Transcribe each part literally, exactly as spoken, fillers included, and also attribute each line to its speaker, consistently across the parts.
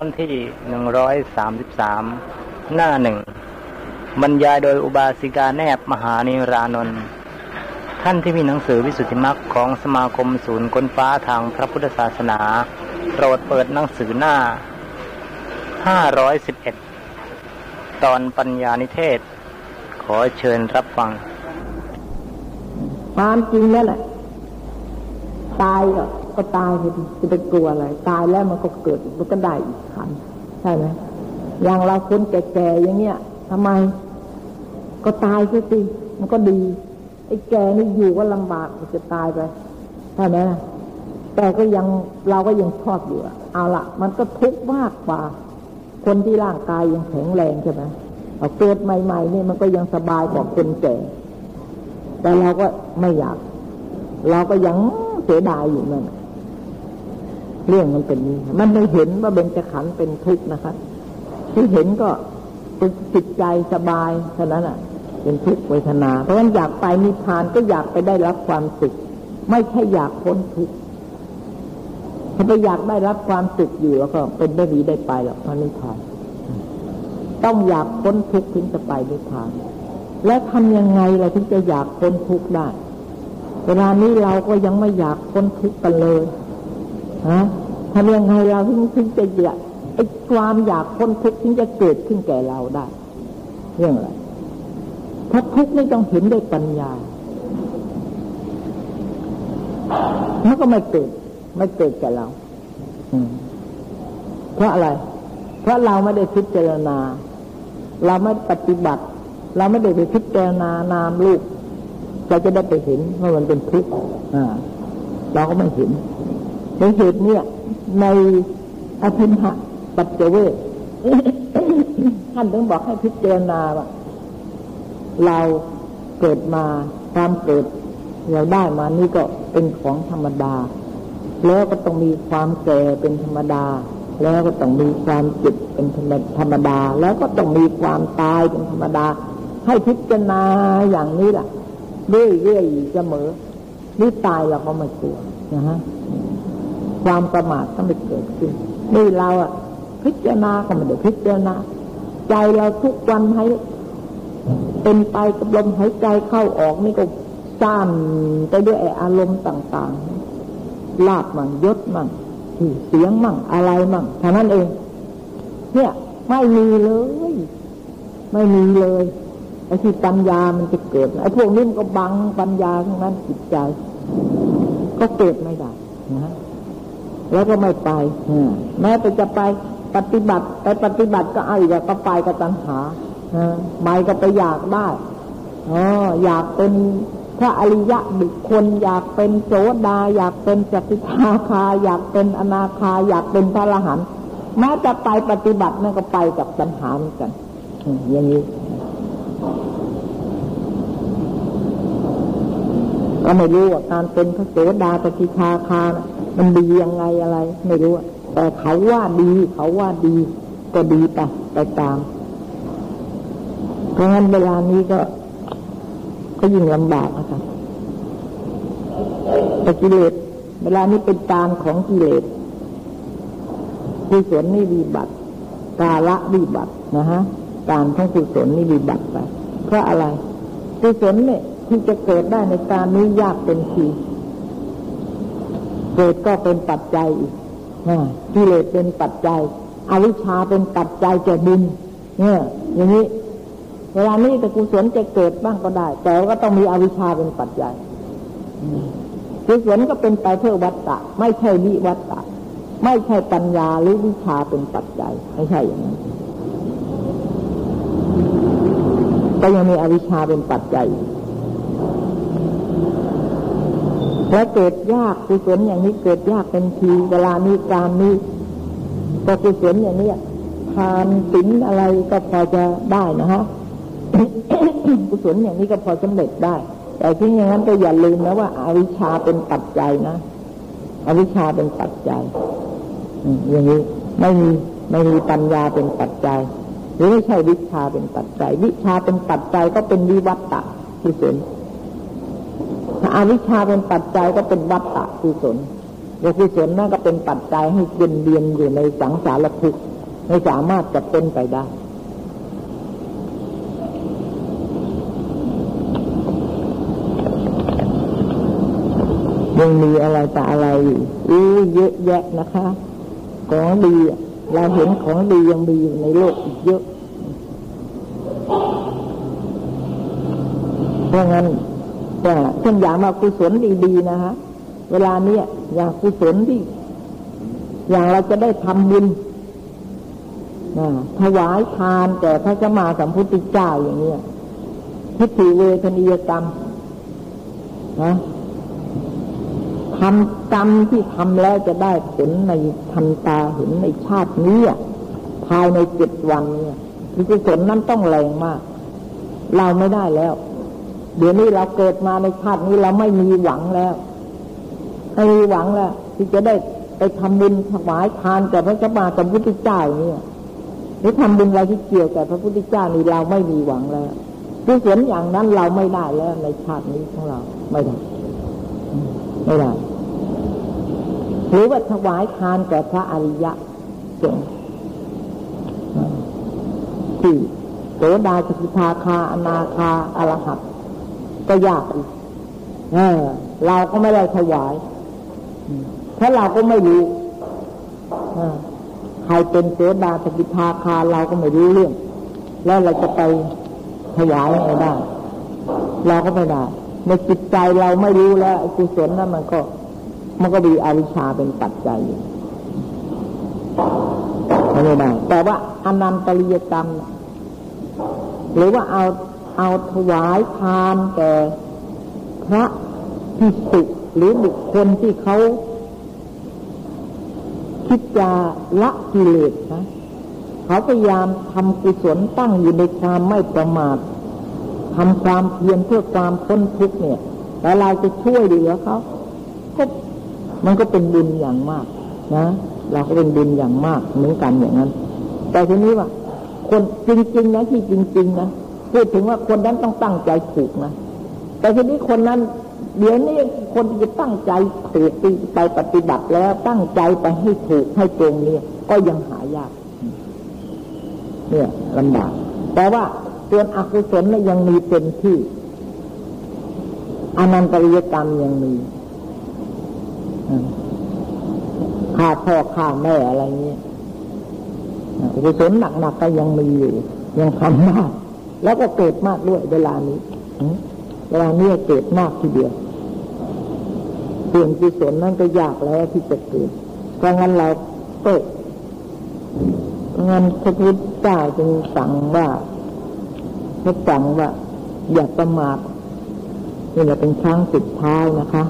Speaker 1: ตอนที่หนึ่งร้อยสามสิบสามหน้าหนึ่งบรรยายโดยอุบาสิกาแนบมหานิรานนท์ท่านที่มีหนังสือวิสุทธิมรรคของสมาคมศูนย์ค้นฟ้าทางพระพุทธศาสนาโปรดเปิดหนังสือหน้าห้าร้อยสิบเอ็ดตอนปัญญานิเทศขอเชิญรับฟัง
Speaker 2: ความจริงแล้วแหละตายก็ก็ตายไปดิจะไปกลัวอะไรตายแล้วมันก็เกิดมันก็ได้อีกครั้งใช่ไหมอย่างเราคนแก่ๆอย่างเงี้ยทำไมก็ตายซะสิมันก็ดีไอ้แก่นี่อยู่ก็ลำบากจะตายไปใช่ไหมแต่ก็ยังเราก็ยังชอบอยู่เอาละมันก็ทุกข์มากกว่าคนที่ร่างกายยังแข็งแรงใช่ไหมเอาเกิดใหม่ๆนี่มันก็ยังสบายกว่าคนแก่แต่เราก็ไม่อยากเราก็ยังเสียดายอยู่นั่นเรื่องมันเป็นนี้มันไม่เห็นว่าเบญจขันธ์เป็นทุกข์นะครับที่เห็นก็เป็นจิตใจสบายเท่านั้นอ่ะเป็นทุกข์เวทนาเพราะฉะนั้นอยากไปนิพพานก็อยากไปได้รับความสุขไม่ใช่อยากพ้นทุกข์ถ้าไปอยากได้รับความสุขอยู่แล้วก็เป็นได้ดีได้ไปหรอกพระนิพพานต้องอยากพ้นทุกข์ถึงจะไปนิพพานและทำยังไงเราถึงจะอยากพ้นทุกข์ได้เวลานี้เราก็ยังไม่อยากพ้นทุกข์กันเลยฮะทำยังไงเราถึงถึงจะอยากไอ้ความอยากพ้นทุกข์ถึงจะเกิดขึ้นแก่เราได้เรื่องอะไรถ้าทุกข์นี่ต้องเห็นด้วยปัญญามันก็ไม่เกิดไม่เกิดแก่เราเพราะอะไรเพราะเราไม่ได้พิจารณาเราไม่ปฏิบัติเราไม่ได้ไปพิจารณานามรูปเราจะได้ไปเห็นว่ามันเป็นทุกข์เราก็ไม่เห็นในเหตุนี้ในอภิมหะปัจเจเวคท่านถึงบอกให้พิจารณาว่าเราเกิดมาความเกิดเราได้มานี่ก็เป็นของธรรมดาแล้วก็ต้องมีความแก่เป็นธรรมดาแล้วก็ต้องมีความเจ็บเป็นธรรมดาแล้วก็ต้องมีความตายเป็นธรรมดาให้พิจารณาอย่างนี้แหละเรื่อยๆเสมอนี่ตายเราก็ไม่กลัวนะฮะความประมาทก็ไม่เกิดขึ้นนี่เราอ่ะพิจารณาก็ไม่ได้พิจารณาใจเราทุกวันให้เป็นไปกับลมหายใจเข้าออกนี่ก็ซ่านไปด้วยอารมณ์ต่างๆลาภมั่งยศมั่งเสียงมั่งอะไรมั่งเท่านั้นเองเนี่ยไม่มีเลยไม่มีเลยไอ้ที่ปัญญามันจะเกิดไอ้พวกนี้มันก็บังปัญญาทั้งนั้นจิตใจก็เกิดไม่ได้นะแล้วก็ไม่ไปแม้แต่จะไปปฏิบัติไปปฏิบัติก็เอาอีกก็ไปกับตัณหาไม่ก็ไปอยากได้อ๋ออยากเป็นพระอริยะบุคคลอยากเป็นโสดาอยากเป็นสกิทาคาอยากเป็นอนาคาอยากเป็นพระอรหันต์แม้จะไปปฏิบัตินั่นก็ไปกับตัณหาเหมือนกันอย่างนี้ก็ไม่รู้ว่าการเป็นพระโสดาสกิทาคามันดียังไงอะไรไม่รู้แต่เขาว่าดีเขาว่าดีก็ดีไปไปตามเพราะงั้นเวลานี้ก็ก็ยิ่งลำบากนะครับแต่กิเลสเวลานี้เป็นการของกิเลสกุศลนี่วิบัติกาละวิบัตินะฮะการของกุศลนี่วิบัติไปเพราะอะไรกุศลเนี่ยที่จะเกิดได้ในการนี้ยากเป็นทีเกิดก็เป็นปัจจัยอีกกิเลสเป็นปัจจัยอวิชชาเป็นปัจจัยแก่บุญเนี่ยอย่างนี้เวลานี้แต่กุศลจะเกิดบ้างก็ได้แต่ก็ต้องมีอวิชชาเป็นปัจจัยกุศลก็เป็นไปเพื่อวัฏฏะไม่ใช่วิวัฏฏะไม่ใช่ปัญญาหรือวิชาเป็นปัจจัยไม่ใช่อย่างนั้นก็ยังมีอวิชชาเป็นปัจจัยแล้วเกิดยากกุศลอย่างนี้เกิดยากเป็นทีเวลานี้การนี้ก็กุศลอย่างนี้ทานศีลอะไรก็พอจะได้นะฮะ กุศลอย่างนี้ก็พอสำเร็จได้แต่ที่อย่างนั้นก็อย่าลืมนะว่าอวิชชาเป็นปัจจัยนะอวิชชาเป็นปัจจัยอย่างนี้ไม่มีไม่มีปัญญาเป็นปัจจัยหรือไม่ใช่วิชาเป็นปัจจัยวิชาเป็นปัจจัยก็เป็นวิวัตตะกุศลถ้าอวิชชาเป็นปัจจัยก็เป็นวัฏฏะกุศลกุศลนั่นก็เป็นปัจจัยให้เวียนเวียนอยู่ในสังสารทุกข์ไม่สามารถจะพ้นไปได้ยังมีอะไรแต่อะไรอู้เยอะแยะนะคะของดีเราเห็นของดียังมีอยู่ในโลกอีกเยอะเพราะงั้นแต่เช่นอย่างมากุศลดีๆนะคะเวลาเนี้ยอย่างกุศลที่อย่างเราจะได้ทำบุญถวายทานแก่พระสัมมาสัมพุทธเจ้าอย่างนี้ทิฏฐิเวทนิยกรรมนะทำกรรมที่ทำแล้วจะได้ผลในทันตาเห็นในชาตินี้ภายในเจ็ดวันเนี่ยกุศลนั้นต้องแรงมากเราไม่ได้แล้วเดี๋ยวนี้เราเกิดมาในชาตินี้เราไม่มีหวังแล้วไม่มีหวังแล้วที่จะได้ไปทำบุญถวายทานแก่พระสัมมาสัมพุทธเจ้าเนี่ยหรือทำบุญอะไรที่เกี่ยวกับพระพุทธเจ้านี่เราไม่มีหวังแล้วกุศลอย่างนั้นเราไม่ได้แล้วในชาตินี้ของเราไม่ได้ไม่ได้หรือว่าถวายทานแก่พระอริยสงฆ์ที่โสดาสกิทาคาอนาคาอรหัตก็ยากอีกเออเราก็ไม่ได้ถวายถ้าเราก็ไม่รู้ใครเป็นโสดาสกิทาคาเราก็ไม่รู้เรื่องแล้วเราจะไปถวายไม่ได้เราก็ไม่ได้ในจิตใจเราไม่รู้แล้วกุศลนั้นมันก็มันก็มีอวิชชาเป็นปัจจัยอยู่ไม่ได้แต่ว่าอนันตริยกรรมหรือว่าเอาเอาถวายทานแก่พระภิกษุหรือบุคคลที่เขาคิดจะละกิเลสนะเขาพยายามทำกุศลตั้งอยู่ในความไม่ประมาททำความเพียรเพื่อความพ้นทุกข์เนี่ยแต่เราจะช่วยเหลือเขาก็มันก็เป็นบุญอย่างมากนะเราก็เป็นบุญอย่างมากเหมือนกันอย่างนั้นแต่ทีนี้ว่าคนจริงๆนะที่จริงๆนะพูดถึงว่าคนนั้นต้องตั้งใจถูกนะแต่ทีนี้คนนั้นเดี๋ยวนี้คนที่จะตั้งใจถูกไปปฏิบัติแล้วตั้งใจไปให้ถูกให้ตรงนี้ก็ยังหายากเนี่ยลำบากแต่ว่าส่วนอกุศลเนี่ยยังมีเต็มที่อนันตริยกรรมยังมีฆ่าพ่อฆ่าแม่อะไรเงี้ยอกุศลหนักๆก็ยังมีอยู่ยังทำมากแล้วก็เกิดมากด้วยเวลานี้เวลานี้เกิดมากทีเดียวส่วนกุศลนั่นก็ยากแล้วที่จะเกิดเพราะงั้นเราเปิดเพราะงั้นพระพุทธเจ้าจึงสั่งว่าพระสั่งว่าอย่าประมาทนี่แหละเป็นครั้งสุดท้ายนะคะ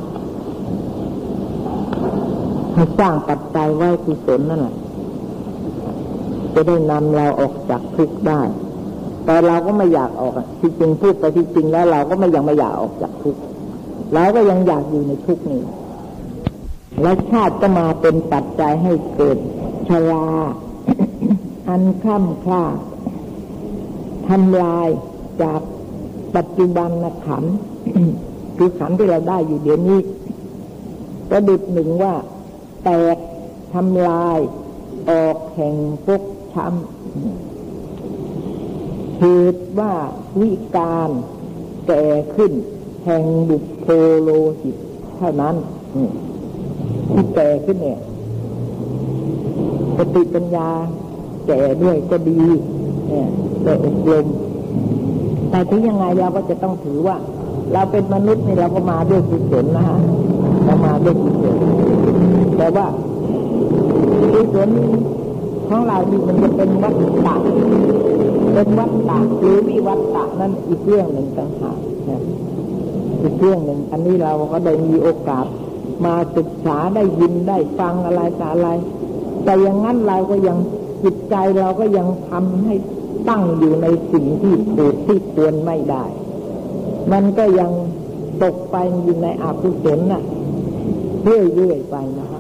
Speaker 2: ให้สร้างปัจจัยไว้กุศลนั่นแหละจะได้นำเราออกจากทุกข์ได้แต่เราก็ไม่อยากออกที่จริงพูดไปที่จริงแล้วเราก็ไม่ยังไม่อยากออกจากทุกข์เราก็ยังอยากอยู่ในทุกข์นี่และชาติก็มาเป็นปัจจัยให้เกิดชรา อันค่ำคร่าทำลายจากปัจจุบันขันธ์ คือขันธ์ที่เราได้อยู่เดี๋ยวนี้ประดุจหนึ่งว่าแตกทำลายออกแห่งฟกช้ำเหตุว่าวิการแก่ขึ้นแห่งบุพโพโลหิตเท่านั้นที่แก่ขึ้นเนี่ยสติปัญญาแก่ด้วยก็ดีเนี่ยได้อบรมแต่ถึงยังไงเราก็จะต้องถือว่าเราเป็นมนุษย์นี่เราก็มาด้วยกุศลนะฮะเรามาด้วยกุศลแต่ว่ากุศลของเราที่มันจะเป็นวัฏฏะเป็นวัฏฏะหรือวิวัฏฏะนั่นอีกเรื่องหนึ่งต่างหากนะอีกเรื่องหนึ่งอันนี้เราก็ได้มีโอกาสมาศึกษาได้ยินได้ฟังอะไรต่ออะไรแต่อย่างนั้นเราก็ยังจิตใจเราก็ยังทำให้ตั้งอยู่ในสิ่งที่ถูกที่ควรไม่ได้มันก็ยังตกไปอยู่ในอกุศลน่ะเรื่อยๆไปนะคะ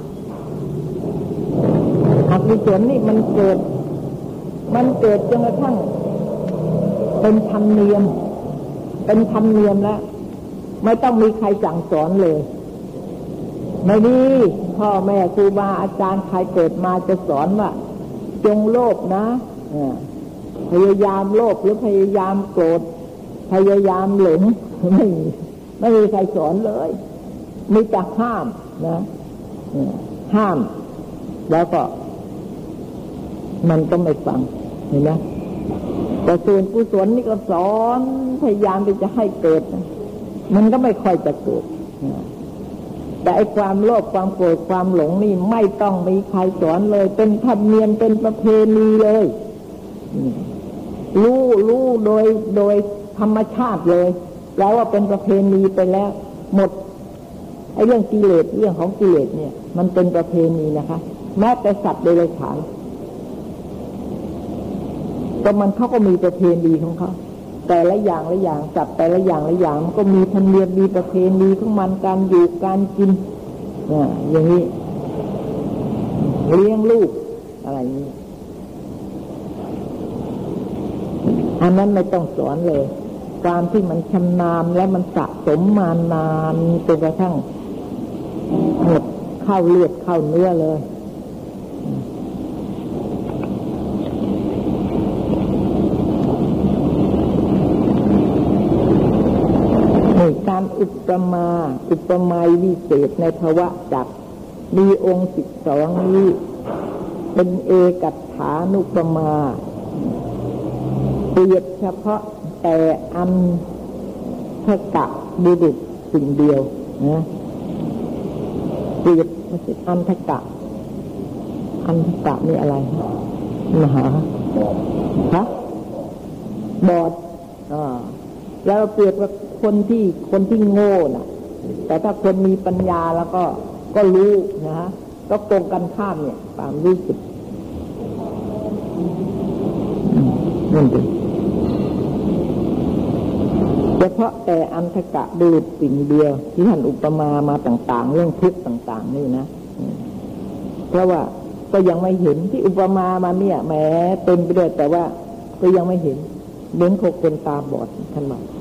Speaker 2: อกุศลนี่มันเกิดมันเกิดจนกระทั่งเป็นธรรมเนียมเป็นธรรมเนียมแล้วไม่ต้องมีใครสั่งสอนเลยไม่มีพ่อแม่ครูบาอาจารย์ใครเกิดมาจะสอนว่าจงโลภนะพยายามโลภหรือพยายามโกรธพยายามหลงไม่มีไม่มีใครสอนเลยมีแต่ห้ามนะห้ามแล้วก็มันก็ไม่ฟังเห็นไหมแต่ส่วนกุศลนี่ก็สอนพยายามที่จะให้เกิดมันก็ไม่ค่อยจะเกิดแต่ไอ้ความโลภความโกรธความหลงนี่ไม่ต้องมีใครสอนเลยเป็นธรรมเนียมเป็นประเพณีเลยรู้รู้โดยโดยธรรมชาติเลยแล้วว่าเป็นประเพณีไปแล้วหมดไอ้เรื่องกิเลสเรื่องของกิเลสเนี่ยมันเป็นประเพณีนะคะแม้แต่สัตว์เดรัจฉานก็มันเขาก็มีประเพณีของเขาแต่ละอย่างละอย่างสัตว์แต่ละอย่างละอย่างมันก็มีธรรมเนียมมีประเพณีของมันการอยู่การกินเนี่ยอย่างนี้เลี้ยงลูกอะไรนี้อันนั้นไม่ต้องสอนเลยความที่มันชำนาญและมันสะสมมานานจนกระทั่งหมดเข้าเลือดเข้าเนื้อเลยการอุปมาอุปไมยวิเศษในภวะจักรมีองค์สิบสองนี้เป็นเอกัตถานุปมาเปรียบเฉพาะแต่อันทกะบุรุษสิ่งเดียวนะเปรียบอันทกะอันทกะนี่อะไรมหาฮะบอดอ่าแล้วเปรียบกับคนที่คนที่โง่น่ะแต่ถ้าคนมีปัญญาแล้วก็ก็รู้นะฮะก็ตรงกันข้ามเนี่ยความรู้สึกนั่นเองเฉพาะแต่อันทกะบุรุษสิ่งเดียวที่ท่านอุปมามาต่างๆเรื่องทุกข์ต่างๆนี่นะเพราะว่าก็ยังไม่เห็นที่อุปมามาเนี่ยแหมเต็มไปด้วยแต่ว่าก็ยังไม่เห็นเหมือนคนตาบอดท่านบอก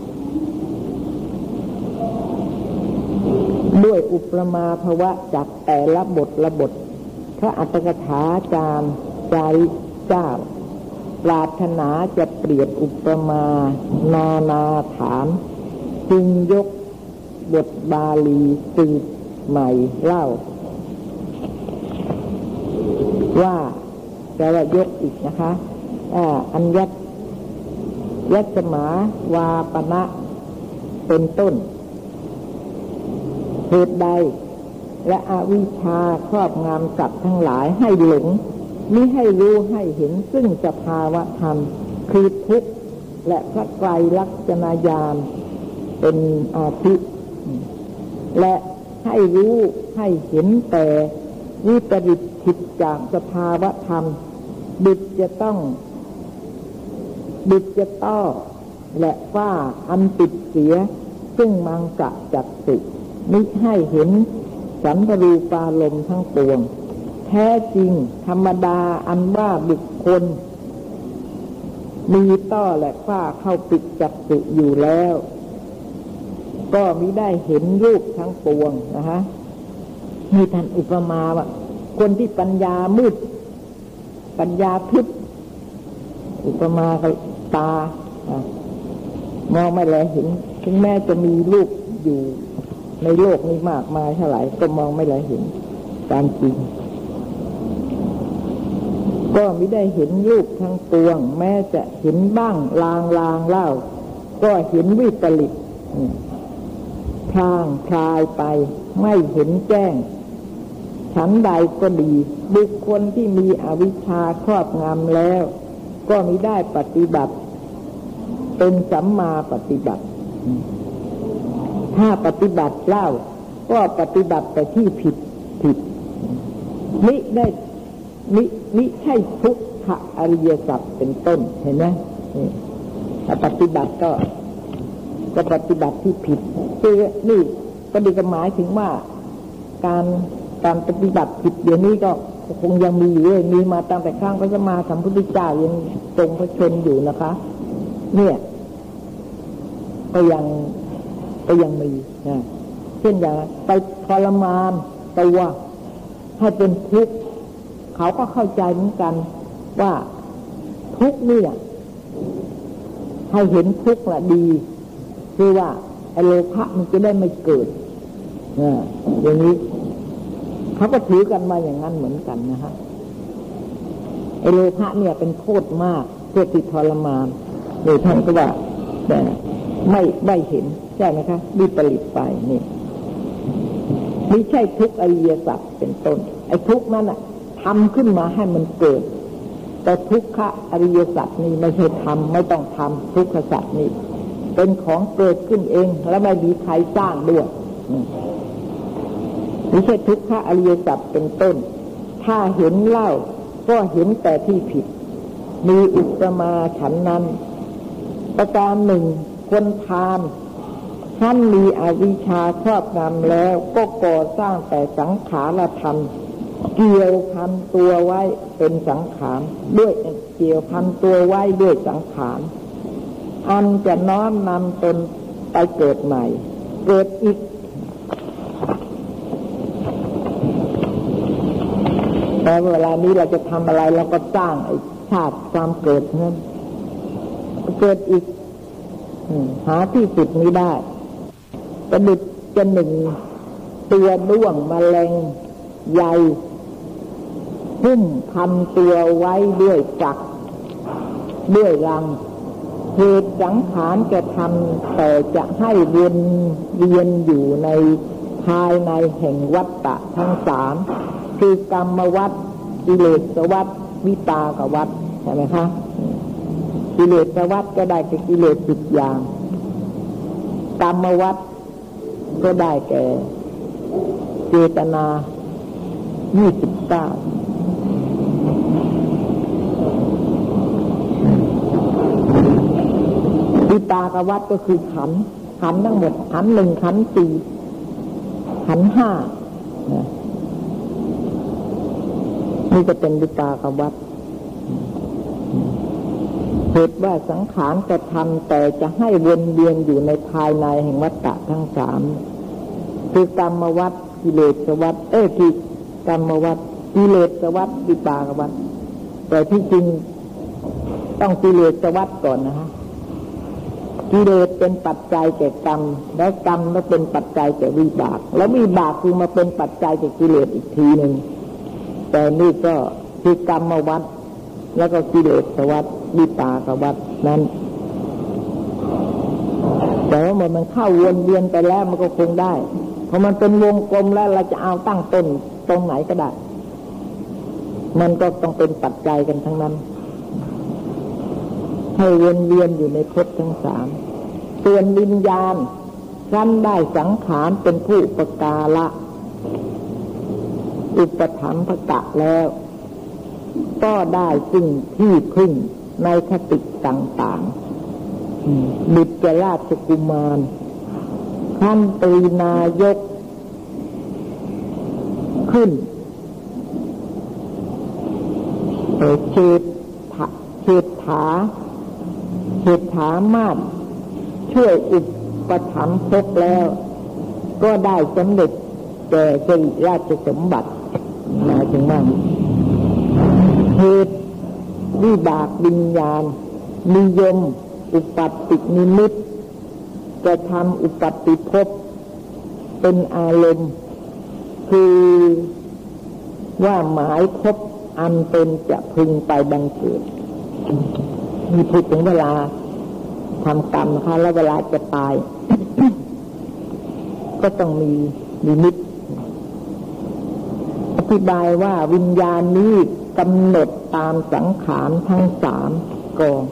Speaker 2: ด้วยอุปมาภวะจากแต่ละบทละบทพระอัตถกถาจารย์ใจเจ้าปรารถนาจะเปรียบอุปมานานาถามจึงยกบทบาลีสืบใหม่เล่าว่าจะว่ายกอีกนะคะอ่าอัญญัตยัสมาวาปณะเป็นต้นเหตุใดและอวิชชาครอบงำสัตว์ทั้งหลายให้หลงมิให้รู้ให้เห็นซึ่งสภาวะธรรมคือทุกข์และพระไตรลักษณญาณเป็นอาทิและให้รู้ให้เห็นแต่วิปริตผิดจากสภาวะธรรมบิดจะต้องบิดจะต้อและฝ้าอันติดเสียซึ่งมังสะจักสุมิให้เห็นสันตรูปารมณ์ทั้งปวงแท้จริงธรรมดาอันว่าบุคคลมีต้อและฝ้าเข้าปิดจักสุอยู่แล้วก็มิได้เห็นรูปทั้งปวงนะฮะมีท่านอุปมาว่าคนที่ปัญญามืดปัญญาทึบอุปมากับตามองไม่แลเห็นถึงแม้จะมีรูปอยู่ในโลกนี้มากมายเท่าไหร่ก็มองไม่แลเห็นตามจริงก็ไม่ได้เห็นรูปทั้งปวงแม้จะเห็นบ้างลางลางเล่าก็เห็นวิปริตพลางคลายไปไม่เห็นแจ้งฉันใดก็ดีบุคคลที่มีอวิชชาครอบงำแล้วก็มิได้ปฏิบัติเป็นสัมมาปฏิบัติถ้าปฏิบัติเล่าก็ปฏิบัติแต่ที่ผิดผิดมิได้มิมิใช่ทุกขอริยสัจเป็นต้นเห็นไหมถ้าปฏิบัติก็ก็ปฏิบัติที่ผิดคือนี่ก็ดีก็หมายถึงว่าการการปฏิบัติผิดเดี๋ยวนี้ก็คงยังมีอยู่เลยมีมาตั้งแต่ครั้งพระสัมมาสัมพุทธเจ้ายังทรงพระชนอยู่นะคะเนี่ยก็ยังก็ยังมีนะเช่นอย่างไปทรมานตัวให้เป็นทุกข์เขาก็เข้าใจเหมือนกันว่าทุกข์เนี่ยให้เห็นทุกข์ละดีคือว่าไอโลภะมันจะได้ไม่เกิดเนี่ยอย่างนี้เขาก็ถือกันมาอย่างนั้นเหมือนกันนะฮะไอโลภะเนี่ยเป็นโทษมากโทษที่ทรมานโดยท่านก็ว่าแต่ไม่ไม่เห็นใช่ไหมคะวิปริตไปนี่ไม่ใช่ทุกข์อริยสัจเป็นต้นไอ้ทุกข์นั้นอ่ะทำขึ้นมาให้มันเกิดแต่ทุกขะอริยสัจนี่ไม่ใช่ทำไม่ต้องทำทุกขสัจนี่เป็นของเกิดขึ้นเองแล้วไม่มีใครสร้างด้วยไม่ใช่ทุกขะอริยสัจเป็นต้นถ้าเห็นเล่าก็เห็นแต่ที่ผิดมีอุปมาฉันนั้นประการหนึ่งคนพาลท่านมีอวิชชาครอบงำแล้วก็ก่อสร้างแต่สังขารธรรมเกี่ยวพันตัวไว้เป็นสังขารด้วยเกี่ยวพันตัวไว้ด้วยสังขารอันจะน้อมนำตนไปเกิดใหม่เกิดอีกแต่เวลานี้เราจะทำอะไรเราก็สร้างไอ้ชาติความเกิดนั้นเกิดอีกหาที่สุดนี้ได้ประดุจจะหนึ่งตัวด้วงแมลงใยหุ้มพันตัวไว้ด้วยจักรด้วยรังเหตุสังขารจะทำแต่จะให้วนเวียนอยู่ในภายในแห่งวัฏฏะทั้งสามคือกรรมวัฏกิเลสวัฏวิปากวัฏใช่ไหมคะกิเลสวัฏก็ได้แก่กิเลสสิบอย่างกรรมวัฏก็ได้แก่เจตนายี่สิบเก้าวิปากวัฏก็คือขันธ์ขันธ์ทั้งหมดขันธ์หนึ่งขันธ์สี่ขันธ์ห้านี่จะเป็นวิปากวัฏเหตุว่าสังขารจะทำแต่จะให้วนเวียนอยู่ในภายในแห่งวัฏฏะทั้งสามคือกรรมวัฏกิเลสวัฏเอ้ยคือกรรมวัฏกิเลสวัฏวิปากวัฏแต่ที่จริงต้องกิเลสวัฏก่อนนะฮะกิเลสเป็นปัจจัยแก่กรรมแล้วกรรมก็เป็นปัจจัยแก่วิบากแล้ววิบากคือมาเป็นปัจจัยแก่กิเลสอีกทีหนึ่งแต่นี่ก็คือกรรมวัฏแล้วก็กิเลสวัฏวิปากวัฏนั้นแต่ว่าเมื่อมันเข้าวนเวียนไปแล้วมันก็คงได้เพราะมันเป็นวงกลมแล้วเราจะเอาตั้งต้นตรงไหนก็ได้มันก็ต้องเป็นปัจจัยกันทั้งนั้นให้วนเวียนอยู่ในภพทั้งสามส่วนวิญญาณท่านได้สังขารเป็นผู้อุปการะอุปถัมภกะแล้วก็ได้สิ่งที่พึ่งในคติต่างๆบิดราชกุมารท่านตรีนายกขึ้นเฉดเฉดถาเฉดถามาศช่วยอุปถัมภกแล้วก็ได้สำเร็จแก่สิริราชสมบัติหมายถึงว่าเหตุวิบากวิญญาณนิยมอุปัฏฐินิมิตจะทำอุปัฏฐิภพเป็นอารมณ์คือว่าหมายภพอันเป็นจะพึงไปบังเกิดมีพูดถึงเวลาทำกรรมนะคะแล้วเวลาจะตาย ก็ต้องมีนิมิตอธิบายว่าวิญญาณนี้กำหนดตามสังขารทั้งสามกอง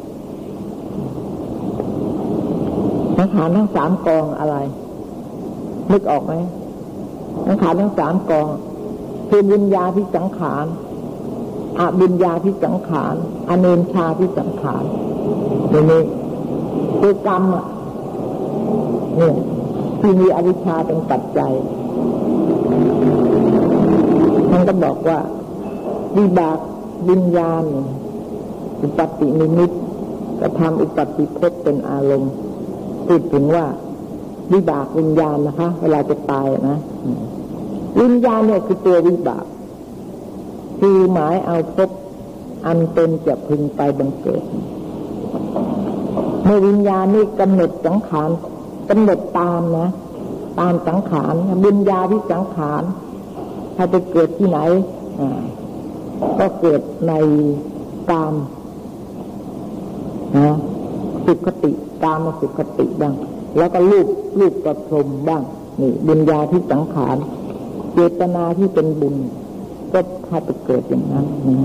Speaker 2: สังขารทั้งสามกองอะไรนึกออกไหมสังขารทั้งสามกองคือวิญญาพิสังขารอวิญญาพิสังขารอเนญชาพิสังขารนี่นี่คือกรรมอ่ะเนี่ยที่มีอวิชชาเป็นปัจจัยท่านก็บอกว่าวิบากวิญญาณอุปัฏฐินิมิตก็ทำอุปัฏฐิภพเป็นอารมณ์พูดถึงว่าวิบากวิญญาณนะคะเวลาจะตายนะวิญญาณเนี่ยคือตัววิบากคือหมายเอาภพอันเป็นจะพึงไปบังเกิดเมื่อวิญญาณนี่กำหนดสังขารกำหนดตามนะตามสังขารวิญญาณที่สังขารถ้าไปเกิดที่ไหนอ่าก็เกิดในกามนะสุขติกามสุขติบ้างแล้วก็รูปรูปประพรมบ้างนี่วิญญาณที่สังขารเจตนาที่เป็นบุญก็ถ้าไปเกิดอย่างนั้นนะ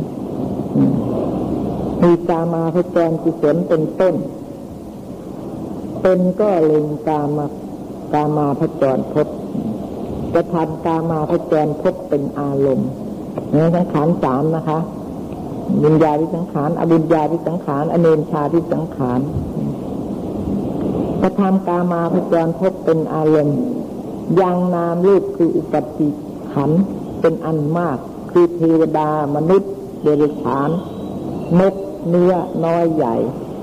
Speaker 2: มีกามาพจรกุศลเป็นต้นเป็นก็เล็งกามากามาพจรพบจะทำกามาพจรพบเป็นอารมณ์นี่สังขารสามนะคะวิญญาณที่สังขารอวิญญาณที่สังขารอเนญชาที่สังขารจะทำกามาพจรพบเป็นอารมณ์ยังนามรูปคืออุปธิขันธ์เป็นอันมากคือเทวดามนุษย์เดรัจฉานนกเนื้อน้อยใหญ่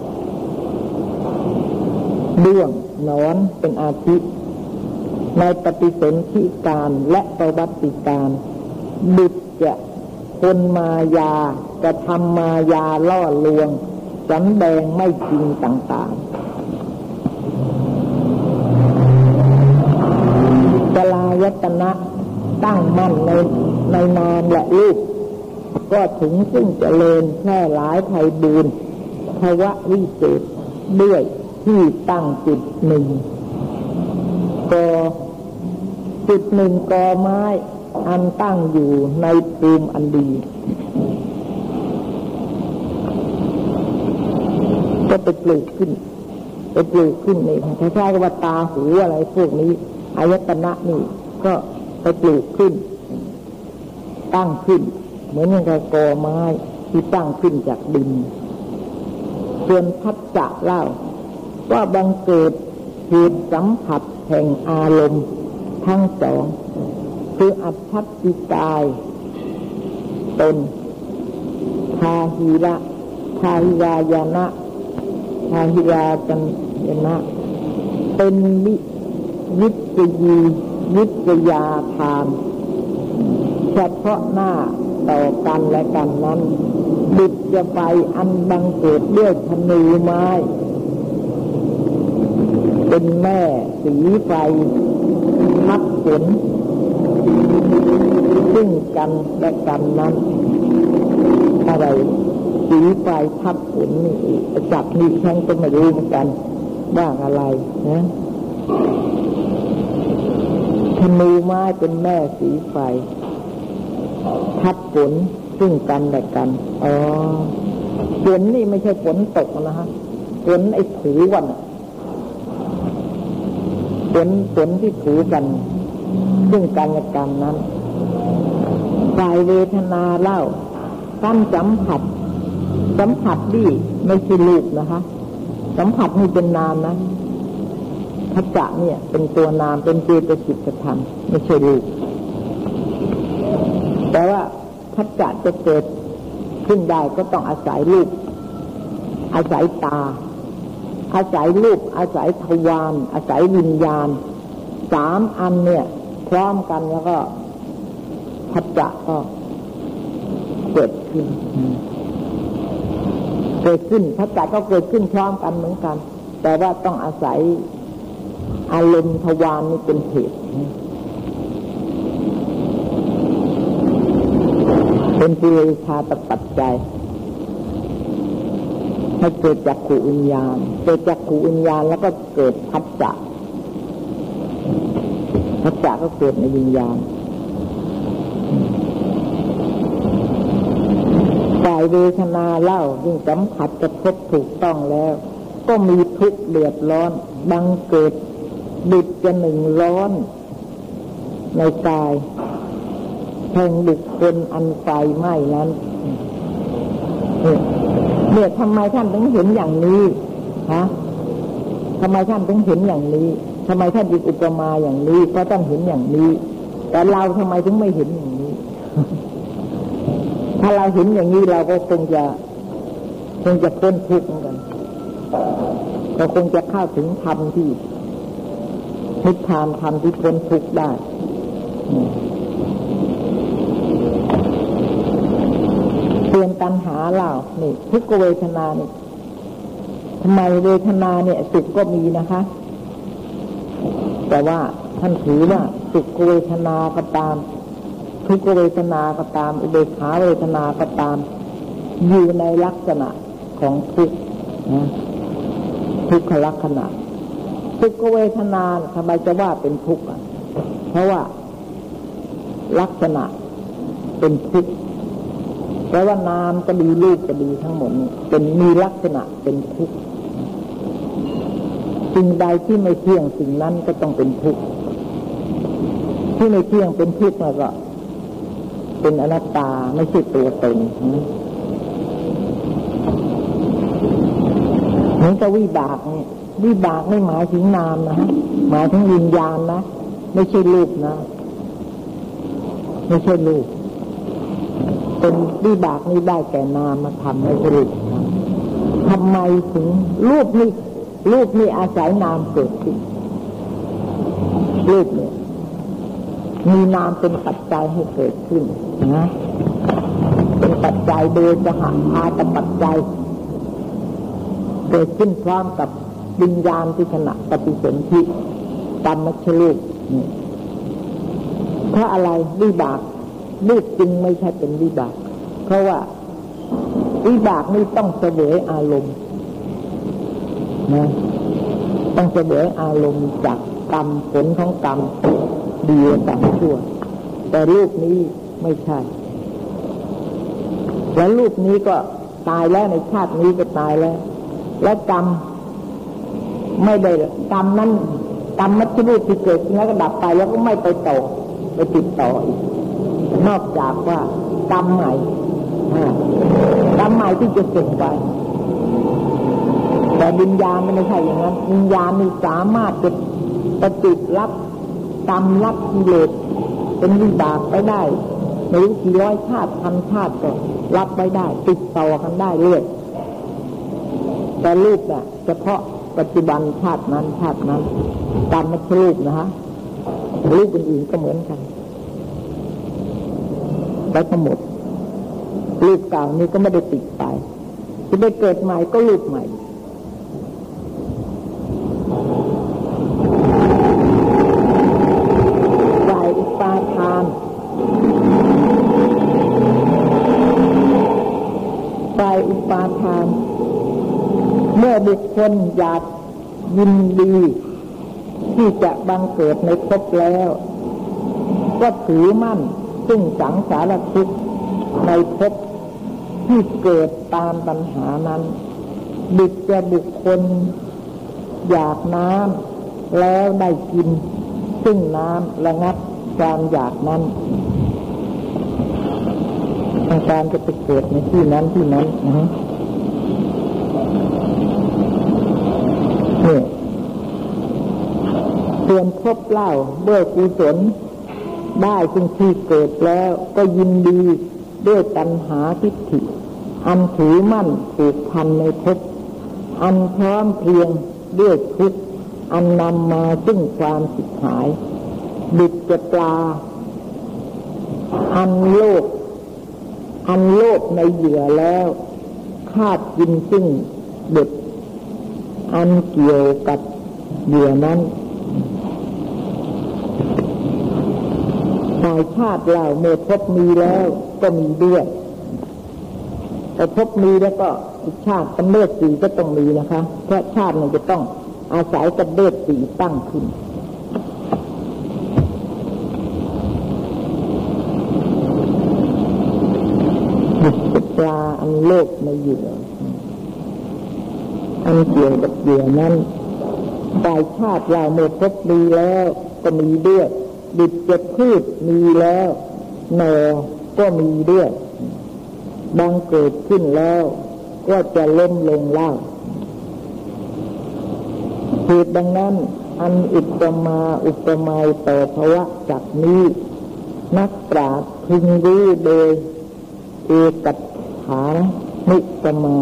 Speaker 2: ด้วงหนอนเป็นอาทิในปฏิสนธิการและประวัติการดุจจะคนมายากระทำมายาล่อลวงสำแดงไม่จริงต่างๆกลายตนะตั้งมั่นในในนามและรูปก็ถึงซึ่งเจริญแพร่หลายไพบูรณ์ภวะวิเศษด้วยที่ตั้งจุดหนึ่งกอจุดหนึ่งกอไม้อันตั้งอยู่ในภูมิอันดีก็ไปปลูกขึ้นไปปลูกขึ้นนี่คล้ายๆกับว่าตาหูอะไรพวกนี้อายตนะนี่ก็ไปปลูกขึ้นตั้งขึ้นเหมือนอย่างกับกอไม้ที่ตั้งขึ้นจากดินส่วนพัจจะเล่าว่าบังเกิดเหตุสัมผัสแห่งอารมณ์ทั้งสองคืออัตถัติกายตนทาหิระทาหิรายานะทาหิราจันยนะเป็นวิวิจยีวิจยาทานเฉพาะหน้าต่อกันและกันนั้นดุจจะไฟอันบังเกิดด้วยธนูไม้เป็นแม่สีไฟทับฝนซึ่งกันและกันนั้นอะไรสีไฟทับฝนนี่จับนี่ฉันก็ไม่รู้เหมือนกันว่าอะไรนะธนูไม้เป็นแม่สีไฟทับฝนซึ่งกันและกันอ๋อฝนนี่ไม่ใช่ฝนตกนะฮะฝนไอ้ถูกันฝนฝนที่ถูกันซึ่งกันและกันนั้นฝ่ายเวทนาเล่าการสัมผัสสัมผัสนี่ไม่ใช่รูปนะคะสัมผัสนี่เป็นนามนะพัจจะเนี่ยเป็นตัวนามเป็นเจตสิกธรรมไม่ใช่รูปแต่ว่าพัจจะจะเกิดขึ้นได้ก็ต้องอาศัยรูปอาศัยตาอาศัยรูปอาศัยทวารอาศัยวิญญาณสามอันเนี่ยพร้อมกันแล้วก็พัจจะก็เกิดขึ้นเกิดขึ้นพัจจะก็เกิดขึ้นพร้อมกันเหมือนกันแต่ว่าต้องอาศัยอารมณ์ทวารนี่เป็นเหตุเป็นปุริชาตปัจจัยให้เกิดจักขุวิญญาณเกิดจักขุวิญญาณแล้วก็เกิดพัจจะพัจจะก็เกิดในวิญญาณฝ่ายเวทนาเล่ายิ่งสัมผัสกระทบถูกต้องแล้วก็มีทุกข์เดือดร้อนบังเกิดดุจจะหนึ่งร้อนในกายแห่งบุคคลอันไฟไหม้นั้นเนี่ยทำไมท่านถึงเห็นอย่างนี้ฮะทำไมท่านถึงเห็นอย่างนี้ทำไมท่านหยิบอุปมาอย่างนี้เพราะท่านเห็นอย่างนี้แต่เราทำไมถึงไม่เห็นอย่างนี้ ถ้าเราเห็นอย่างนี้เราก็คงจะคงจะพ้นทุกข์เหมือนกันก็คงจะเข้าถึงธรรมที่นิพพานธรรมที่พ้นทุกข์ได้ส่วนตัณหาเล่านี่ทุกขเวทนานี่ทำไมเวทนาเนี่ยสุขก็มีนะคะแต่ว่าท่านถือว่าสุขเวทนาก็ตามทุกขเวทนาก็ตามอุเบกขาเวทนาก็ตามอยู่ในลักษณะของทุกข์นะทุกขลักษณะทุกขเวทนาทำไมจะว่าเป็นทุกข์อ่ะเพราะว่าลักษณะเป็นทุกข์แปลว่านามก็ดีรูปก็ดีทั้งหมดเป็นมีลักษณะเป็นทุกข์สิ่งใดที่ไม่เที่ยงสิ่งนั้นก็ต้องเป็นทุกข์ที่ไม่เที่ยงเป็นทุกข์แล้วก็เป็นอนัตตาไม่ใช่ตัวตนเหมือนกับวิบากเนี่ยวิบากไม่หมายถึงนามนะฮะหมายถึงวิญญาณนะไม่ใช่รูปนะไม่ใช่รูปเป็นวิบากนี้ได้แก่นามมาทำไม่ใช่รูปทำไมถึงรูปนี่รูปนี่อาศัยนามเกิดขึ้นรูปเนี่ยมีนามเป็นปัจจัยให้เกิดขึ้นนะเป็นปัจจัยโดยจะหาอาตปัจจัยเกิดขึ้นพร้อมกับวิญญาณที่ขณะปฏิสนธิกรรมชรูปนี่เพราะอะไรวิบากรูปจึงไม่ใช่เป็นวิบากเพราะว่าวิบากนี่ต้องเสวยอารมณ์นะต้องเสวยอารมณ์จากกรรมผลของกรรมดีกรรมชั่วแต่รูปนี้ไม่ใช่แล้วรูปนี้ก็ตายแล้วในชาตินี้ก็ตายแล้วและกรรมไม่ได้กรรมนั้นกรรมมัจจุรูปที่เกิดแล้วก็ดับไปแล้วก็ไม่ไปต่อไปติดต่ออีกนอกจากว่ากรรมใหม่กรรมใหม่ที่จะเกิดไปแต่วิญญาณไม่ใช่อย่างนั้นวิญญาณนี่สามารถจะปฏิรับกรรมรับกิเลสเป็นวิบากไปได้ไม่รู้กี่ร้อยชาติพันชาติก็รับไปได้ติดต่อกันได้เรื่อยแต่รูปน่ะเฉพาะปัจจุบันชาตินั้นชาตินั้นกรรมไม่ใช่รูปนะฮะรูปอื่นๆก็เหมือนกันแล้วก็หมดรูปเก่านี้ก็ไม่ได้ติดไปจะได้เกิดใหม่ก็รูปใหม่ฝ่ายอุปาทานฝ่ายอุปาทานเมื่อบุคคลอยากยินดีที่จะบังเกิดในภพแล้วก็ถือมั่นซึ่งสังสารทุกข์ในภพที่เกิดตามปัญหานั้นบิดจะบุคคลอยากน้ำแล้วได้กินซึ่งน้ำระงับความอยากนั้นต้องการจะไปเกิดในที่นั้นที่นั้นนะฮะเนี่ยส่วนภพเล่าเมื่อกุศลได้ซึ่งที่เกิดแล้วก็ยินดีด้วยตัณหาทิฏฐิอันถือมั่นผูกพันในภพอันพร้อมเพรียงด้วยทุกข์อันนำมาซึ่งความสิบหายดุจจะปลาอันโลภอันโลภในเหยื่อแล้วคาดกินซึ่งเบ็ดอันเกี่ยวกับเหยื่อนั้นฝ่ายชาติเราเมื่อพบมีแล้วก็มีด้วยแต่พบมีแล้วก็อีกชาติกำเนิดสี่ก็ต้องมีนะคะเพราะชาติมันจะต้องอาศัยกำเนิดสี่ตั้งขึ้นบุตรปลาอันโลภในเหยื่ออันเกี่ยวกับเหยื่อนั้นฝ่ายชาติเราเมื่อพบมีแล้วก็มีด้วยดิบจะพืชมีแล้วหน่อก็มีด้วยบังเกิดขึ้นแล้วก็จะล้มลงเล่าเหตุดังนั้นอันอุปมาอุปไมยต่อภวะจักนี้นักปราชญ์พึงรู้โดยเอกัตถานิปมา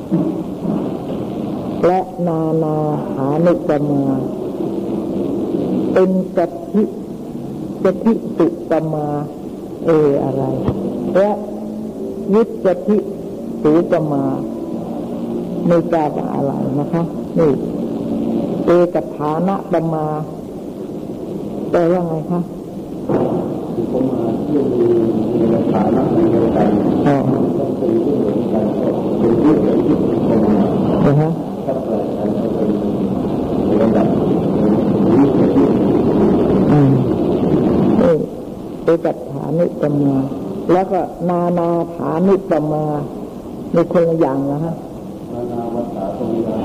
Speaker 2: และนานาหานิปมาเป็นกัตถิจะทิตุปมาเออะไรและยุตติสูปมาไม่ทราบว่าอะไรนะคะนี่เอกฐานะปมาแปลว่าไงคะ
Speaker 3: สูปมาที่มีมีฐานะเดียวกันอ๋อต้องเป็นที่เหมือนกันเป็นที่เป็นที่ปมานะฮะถ้าแปลกันก็เป็นระดับวิเศษ
Speaker 2: อืมเออเอกฐานิปมาแล้วก็นานาฐานิปมามีคนละอย่างนะฮะ
Speaker 3: นานาวัฏฏะตรงนั้น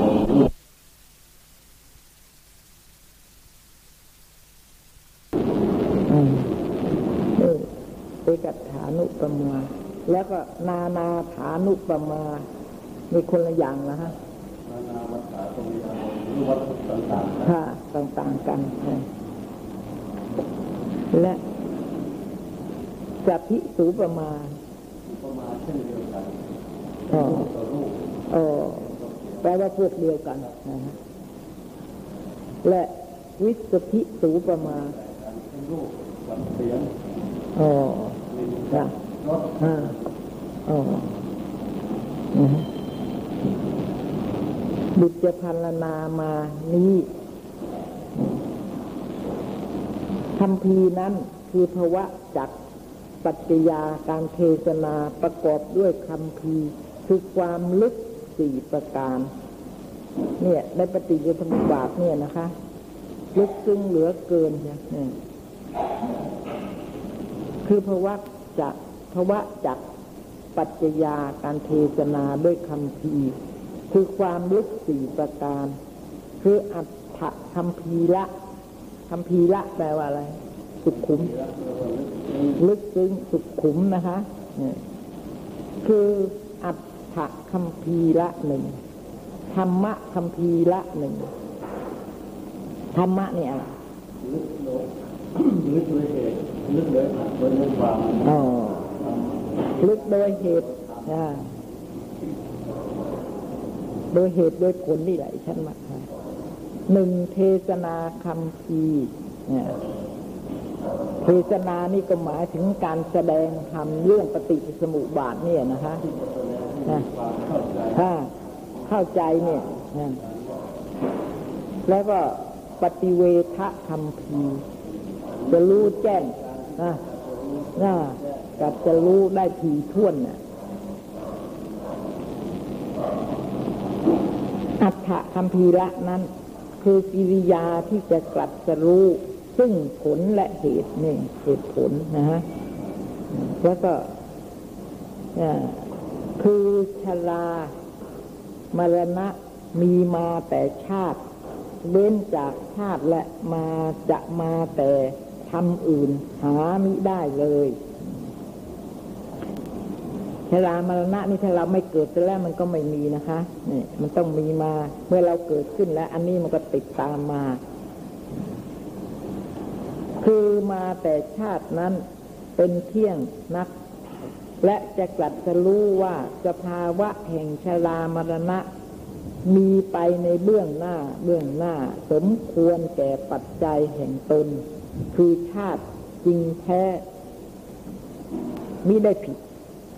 Speaker 2: อืมเออเอกฐานุปมาแล้วก็นานาฐานุปมามีคนละอย่างนะฮะ
Speaker 3: นานาวัฏฏะตรงนั้นมีวัฏต่างๆ
Speaker 2: ค่ะต่างๆกันและสัพพิสูปมา
Speaker 3: ประมาณเช่นเดียวกัน
Speaker 2: อ๋ออ๋อแปลว่าพวกเดียวกันนะฮะและวิสภิสูปมา
Speaker 3: เป็นรูปกับเสียง
Speaker 2: อ๋อจ้ะอ่าอ๋อบุจจพรรณนามานี้คัมภีร์นั้นคือภวะจักปัจจยาการเทศนาประกอบด้วยคัมภีร์คือความลึกสี่ประการเนี่ยในปฏิจจสมุปบาทเนี่ยนะคะลึกซึ้งเหลือเกินเนี่ยคือภวะจักภวะจักปัจจยาการเทศนาด้วยคัมภีร์คือความลึกสี่ประการคืออัตถคัมภีระคัมภีระแปลว่าอะไรสุขุมลึกซึ้งสุขุมนะคะคืออัตถคัมภีระหนึ่งธรรมะคัมภีระหนึ่งธรรมะเนี่ยอะไร
Speaker 3: ลึกโดยลึกโดยเหตุลึกโดยอัตโดยความ
Speaker 2: อ๋อลึกโดยเหตุอ่าโดยเหตุโดยผลนี่แหละฉันมาค่ะหนึ่งเทศนาคัมภีร์เนี่ยเทศนานี่ก็หมายถึงการแสดงธรรมเรื่องปฏิจจสมุปบาทเนี่ยนะคะนะถ้าเข้าใจเนี่ยนะแล้วก็ปฏิเวทคัมภีร์จะรู้แจ้งนะนะกับจะรู้ได้ถี่ถ้วนน่ะอัตถคัมภีระนั้นคือกิริยาที่จะกลัดจะรู้ซึ่งผลและเหตุนี่เหตุผลนะฮะแล้วก็คือชรามรณะมีมาแต่ชาติเว้นจากชาติและมาจะมาแต่ทำอื่นหามิได้เลยชรามรณะนี่ถ้าเราไม่เกิดแล้วมันก็ไม่มีนะคะนี่มันต้องมีมาเมื่อเราเกิดขึ้นแล้วอันนี้มันก็ติดตามมาคือมาแต่ชาตินั้นเป็นเที่ยงนักและจะกลัดจะรู้ว่าสภาวะแห่งชรามรณะมีไปในเบื้องหน้าเบื้องหน้าสมควรแก่ปัจจัยแห่งตนคือชาติจริงแท้มิได้ผิด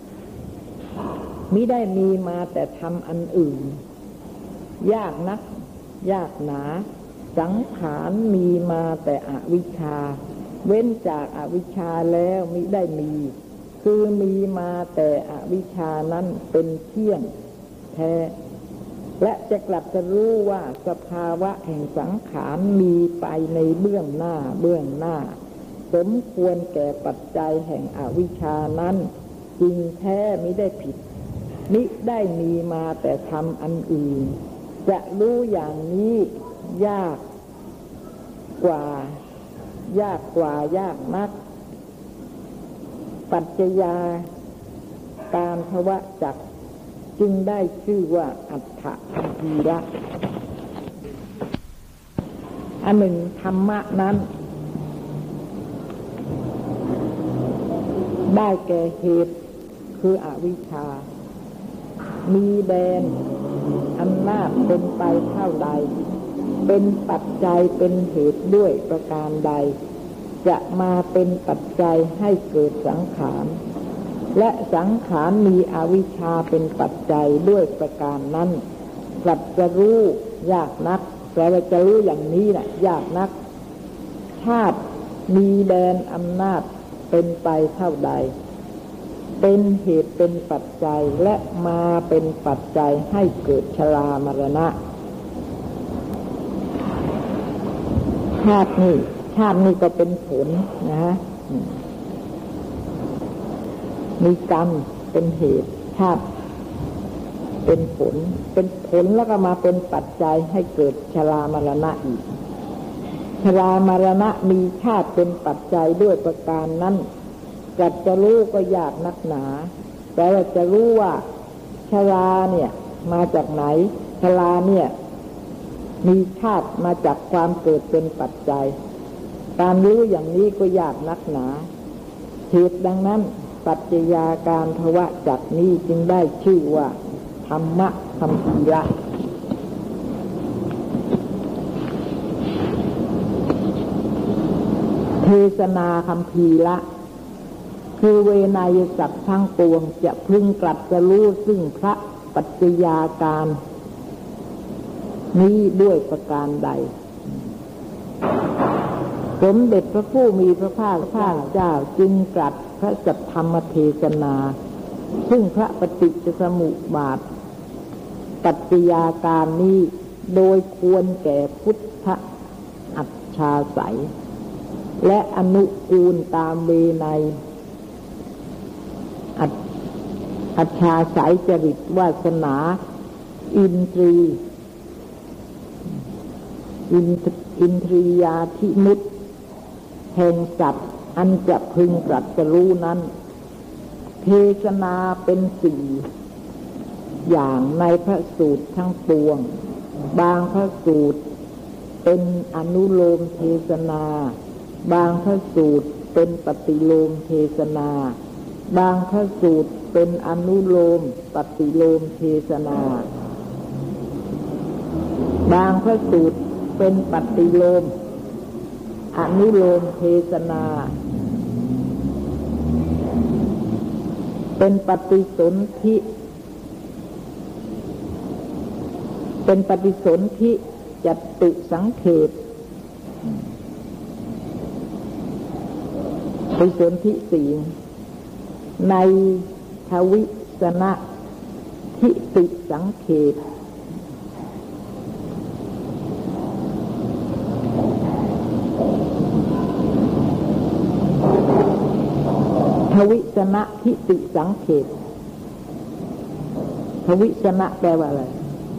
Speaker 2: มิได้มีมาแต่ทำอันอื่นยากนักยากหนาสังขารมีมาแต่อวิชชาเว้นจากอวิชชาแล้วมิได้มีคือมีมาแต่อวิชชานั้นเป็นเที่ยงแท้และจะกลับจะรู้ว่าสภาวะแห่งสังขารมีไปในเบื้องหน้าเบื้องหน้าสมควรแก่ปัจจัยแห่งอวิชชานั้นจริงแท้มิได้ผิดมิได้มีมาแต่ทำอันอื่นจะรู้อย่างนี้ยากกว่ายากกว่ายากนักปัจจยาการภวะจักจึงได้ชื่อว่าอัตถคัมภีระอันหนึ่งธรรมะนั้นได้แก่เหตุคืออวิชชามีแดนอำนาจเป็นไปเท่าใดเป็นปัจจัยเป็นเหตุด้วยประการใดจะมาเป็นปัจจัยให้เกิดสังขารและสังขารมีอวิชชาเป็นปัจจัยด้วยประการนั้นตรัสจะรู้ยากนักแต่ว่าจะรู้อย่างนี้แหละยากนักชาติมีแดนอำนาจเป็นไปเท่าใดเป็นเหตุเป็นปัจจัยและมาเป็นปัจจัยให้เกิดชรามรณะชาตินี้ชาตินี้ก็เป็นผลนะฮะมีกรรมเป็นเหตุชาติเป็นผลเป็นผลแล้วก็มาเป็นปัจจัยให้เกิดชรามรณะอีกชรามรณะมีชาติเป็นปัจจัยด้วยประการนั้นจัดจะรู้ก็ยากนักหนาแต่ว่าจะรู้ว่าชราเนี่ยมาจากไหนชราเนี่ยมีชาติมาจากความเกิดเป็นปัจจัยการรู้อย่างนี้ก็ยากนักหนาเหตุดังนั้นปัจจัยาการภวะจักนี้จึงได้ชื่อว่าธรรมะคัมภีระเทศนาคัมภีระคือเวนยสัตว์ทั้งปวงจะพึงกลับจะรู้ซึ่งพระปัจจัยาการนี้ด้วยประการใดสมเด็จพระผู้มีพระภาคเจ้าจึงตรัสพระสัทธรรมเทศนาซึ่งพระปฏิจจสมุปบาทปัจจัยาการนี้โดยควรแก่พุทธอัจฉริยะและอนุกูลตามเวไนยอัจฉริยะจริตวาสนาอินทรีย์อินอินทรียาธิมุตแห่งสัตว์อันจะพึงตรัสรู้นั้นเทศนาเป็นสี่อย่างในพระสูตรทั้งปวงบางพระสูตรเป็นอนุโลมเทศนาบางพระสูตรเป็นปฏิโลมเทศนาบางพระสูตรเป็นอนุโลมปฏิโลมเทศนาบางพระสูตรเป็นปฏิโลมอนุโลมเทศนาเป็นปฏิสนธิเป็นปฏิสนธิจัตุสังเขปปฏิสนธิสี่ในทวิสนะทิติสังเขปทวิสนะทิติสังเขปทวิสนะแปลว่าอะไร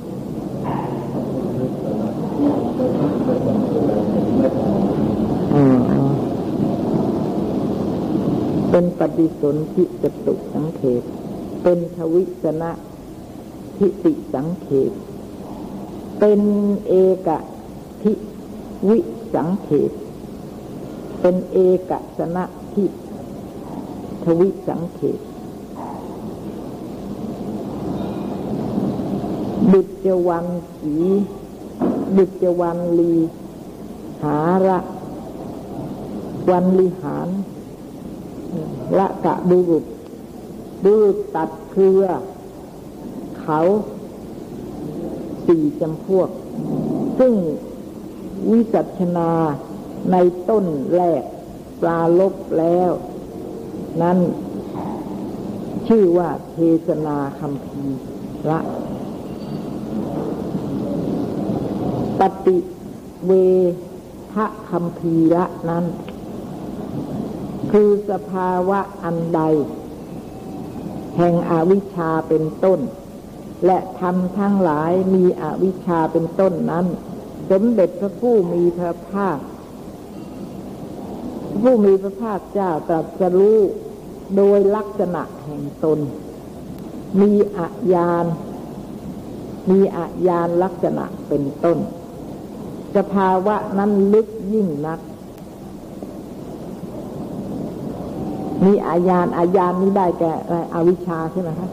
Speaker 2: เป็นปฏิสนธิจตุสังเขปเป็นทวิสนะทิติสังเขปเป็นเอกทิวิสังเขปเป็นเอกสนะทิทวิสังเขปดุจวันสีดุจวันลีหาระวันลิหารละกะบุรุษบุรุษตัดเครือเขาสี่จำพวกซึ่งวิจัชนาในต้นแรกปลาลบแล้วนั้นชื่อว่าเทศนาคัมภีระปฏิเวทะคัมภีระนั้นคือสภาวะอันใดแห่งอวิชชาเป็นต้นและธรรมทั้งหลายมีอวิชชาเป็นต้นนั้นสมเด็จพระผู้มีพระภาคผู้มีพระภาคเจ้าตรัสรู้โดยลักษณะแห่งตนมีอาญาณมีอาญาณลักษณะเป็นต้นสภาวะนั้นลึกยิ่งนักมีอาญาณอาญาณนี้ได้แก่อวิชชาใช่ไหมคะ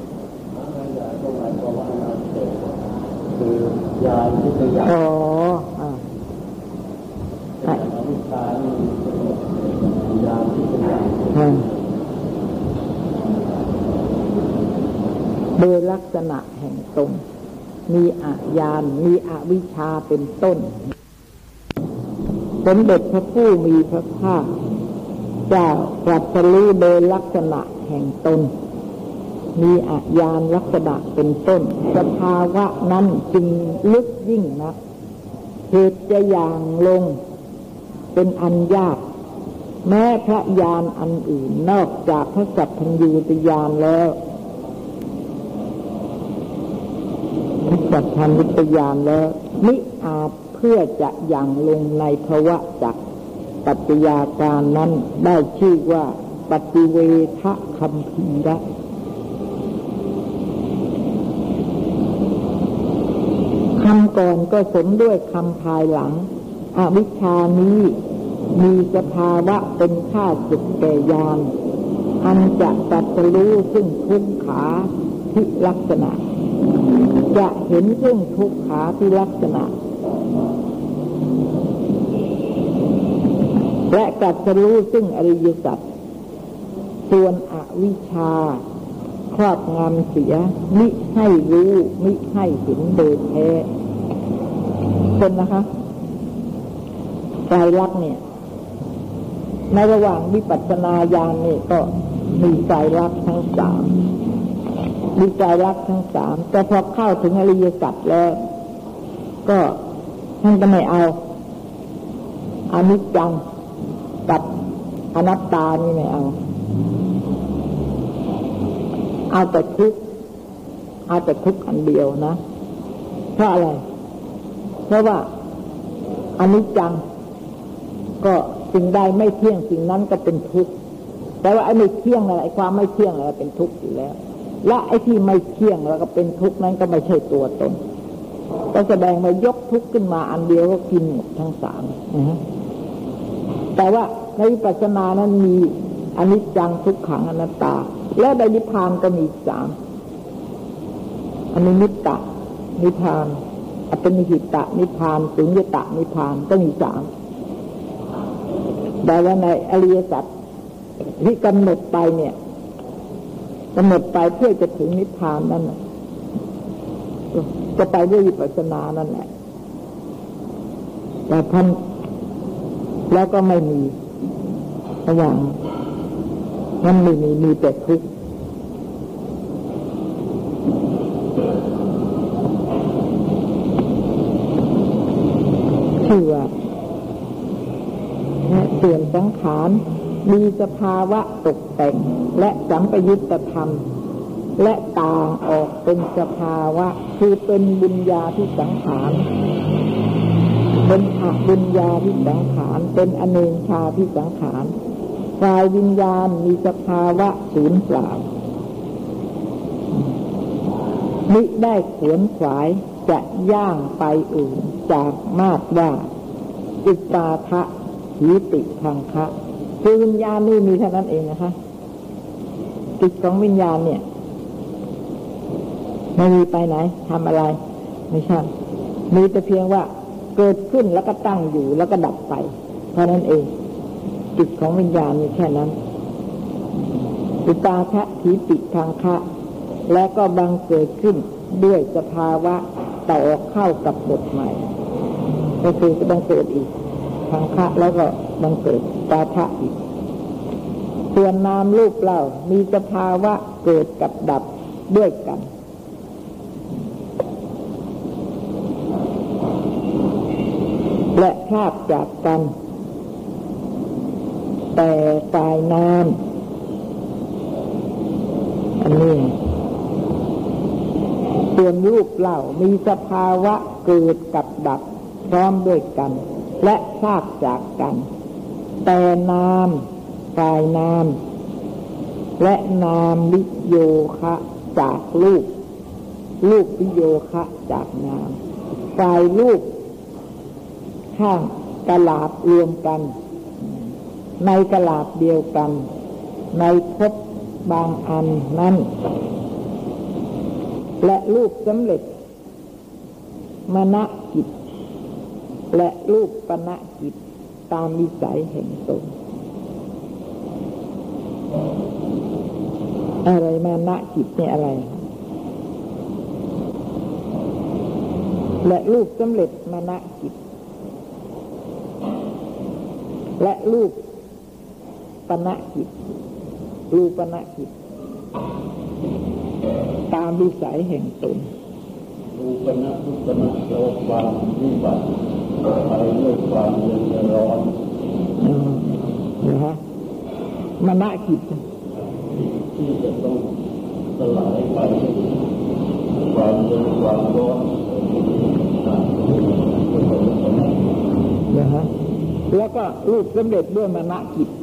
Speaker 3: คือยานที่เป็นยาน
Speaker 2: อ๋อ
Speaker 3: อวิชชานี่ยานที่เป็นยาน
Speaker 2: โดยลักษณะแห่งตนมีอญาณมีอวิชชาเป็นต้นสมเด็จพระผู้มีพระภาคเจ้าตรัสรู้โดยลักษณะแห่งตนมีอญาณลักษณะเป็นต้นสภาวะนั้นจึงลึกยิ่งนักเหตุจะอย่างลงเป็นอันยากแม้พระญาณอันอื่นนอกจากพระสัพพัญญูตญาณแล้วพระสัพพัญญูตญาณแล้วมิอาจเพื่อจะอย่างลงในภวะจักปัจจัยาการนั้นได้ชื่อว่าปฏิเวทคัมภีระคำก่อนก็สมด้วยคำภายหลังอวิชชานี้มีสภาวะเป็นข้าศึกแก่ญาณอันจะตรัสรู้ซึ่งทุกขาที่ลักษณะจะเห็นซึ่งทุกขาที่ลักษณะและตรัสรู้ซึ่งอริยสัจส่วนอวิชชาครอบงำเสียมิให้รู้มิให้เห็นโดยแท้คนนะคะไตรลักษณ์เนี่ยในระหว่างวิปัสสนาญาณนี่ก็มีไตรลักษณ์ทั้งสามมีไตรลักษณ์ทั้งสามแต่พอเข้าถึงอริยสัจแล้วก็ท่านก็ไม่เอาอนิจจังกับอนัตตานี่ไม่เอาเอาแต่ทุกข์เอาแต่ทุกข์อันเดียวนะเพราะอะไรเพราะว่าอนิจจังก็สิ่งใดไม่เที่ยงสิ่งนั้นก็เป็นทุกข์แต่ว่าไอ้ไม่เที่ยงอะไรความไม่เที่ยงอะไรเป็นทุกข์อยู่แล้วและไอ้ที่ไม่เที่ยงแล้วก็เป็นทุกข์นั้นก็ไม่ใช่ตัวตนก็แสดงว่ายกทุกข์ขึ้นมาอันเดียวก็กินหมดทั้งสามนะฮะแต่ว่าในวิปัสสนานั้นมีอนิจจังทุกขังอนัตตาและในนิพพานก็มีสามอนิมิตตะนิพพานอปนิหิตะนิพพานสุญญตะนิพพานก็มีสามแต่ว่าในอริยสัจที่กำหนดไปเนี่ยกำหนดไปเพื่อจะถึงนิพพานนั่นแหละจะไปด้วยวิปัสสนานั่นแหละแต่ท่านแล้วก็ไม่มีระหว่างมันไม่มีมีแต่ทุกข์ชื่อว่าส่วนสังขารมีสภาวะตกแต่งและสัมปยุตตธรรมและต่างออกเป็นสภาวะคือเป็นบุญญาที่สังขารเป็นอบุญญาที่สังขารเป็นอเนชาที่สังขารฝ่ายวิญญาณมีสภาวะสูญเปล่ามิได้ขวนขวายจะย่างไปอื่นจากมาตรว่าอุปาทะหิติทังคะคือวิญญาณนี่มีเท่านั้นเองนะคะจิตของวิญญาณเนี่ยไม่มีไปไหนทำอะไรไม่ใช่มีแต่เพียงว่าเกิดขึ้นแล้วก็ตั้งอยู่แล้วก็ดับไปเท่านั้นเองจิตของวิญญาณมีแค่นั้นอุปาทะหิติทังคะและก็บังเกิดขึ้นด้วยสภาวะต่อเข้ากับบทใหม่ก็คือจะบังเกิดอีกทังคะแล้วก็บังเกิดปาทะอีกส่วนนามรูปเล่ามีสภาวะเกิดกับดับด้วยกันและพลาดจากกันแต่ฝ่ายนามอันนี้ส่วนรูปเล่ามีสภาวะเกิดกับดับพร้อมด้วยกันและพลาดจากกันแต่นามฝ่ายนามและนามวิโยคะจากรูปรูปวิโยคะจากนามฝ่ายรูปข้างกลาบรวมกันในกลาบเดียวกันในภพบางอันนั้นและรูปสำเร็จมณกิจและรูปปณกิจตามวิสัยแห่งตนอะไรมณกิจเนี่ยอะไรและรูปสำเร็จมณกิจและรูปปณกิจรูปณกิจตามวิสัยแห่งตน
Speaker 3: รูปณรูปณแปลว่าความวิบัติไปด้วยความเย็นร้อน
Speaker 2: นะฮะมณกิจ
Speaker 3: ที่จะต้องสลายไปความเย็นความร้อน
Speaker 2: นะฮะแล้วก็รูปสำเร็จด้วยมณกิจ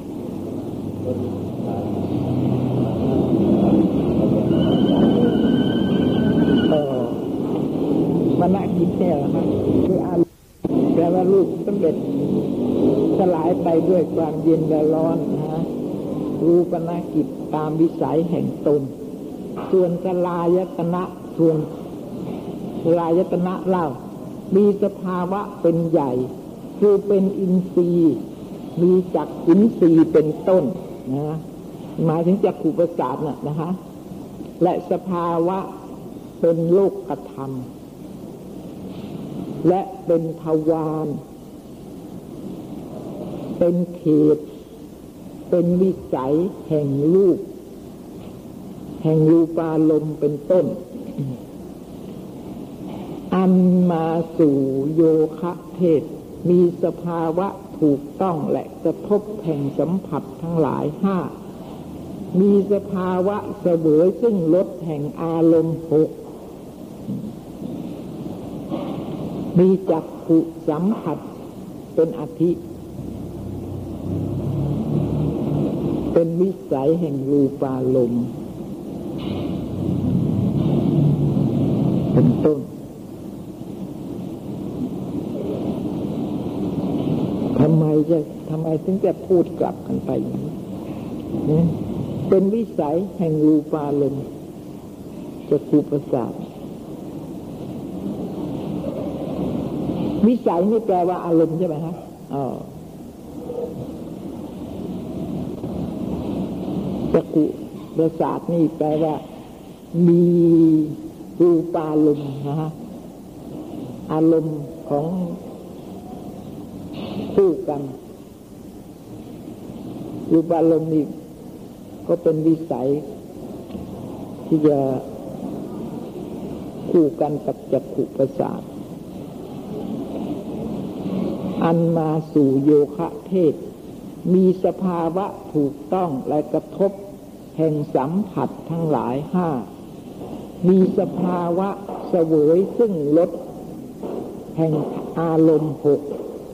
Speaker 2: เออมณกิจเนี่ยนะคืออารมณ์แปลว่ารูปสำเร็จสลายไปด้วยความเย็นและร้อนนะรูปณกิจตามวิสัยแห่งตนส่วนกลายตนะส่วนกลายตนะเล่ามีสภาวะเป็นใหญ่คือเป็นอินทรีย์มีจักขุนทรีย์เป็นต้นนะหมายถึงจักขุประสาทน่ะนะฮะและสภาวะเป็นโลกธรรมและเป็นทวารเป็นเขตเป็นวิสัยแห่งรูปแห่งรูปารมณ์เป็นต้นอันมาสู่โยคะเพศมีสภาวะถูกต้องและกระทบแห่งสัมผัสทั้งหลายห้ามีสภาวะเสวยซึ่งลดแห่งอารมณ์หกมีจักขุสัมผัสเป็นอาทิเป็นวิสัยแห่งรูปารมณ์เป็นต้นทำไมจะทำไมถึงจะพูดกลับกันไปอย่างนี้เป็นวิสัยแห่งรูปารมณ์จักขุประสาทวิสัยนี่แปลว่าอารมณ์ใช่ไหมฮะอ๋อจักขุประสาทนี่แปลว่ามีรูปารมณ์นะฮะอารมณ์ของคู่กันรูปารมณ์นี่ก็เป็นวิสัยที่จะคู่กันกับจักขุประสาทอันมาสู่โยคะเพศมีสภาวะถูกต้องและกระทบแห่งสัมผัสทั้งหลายห้ามีสภาวะเสวยซึ่งลดแห่งอารมณ์หก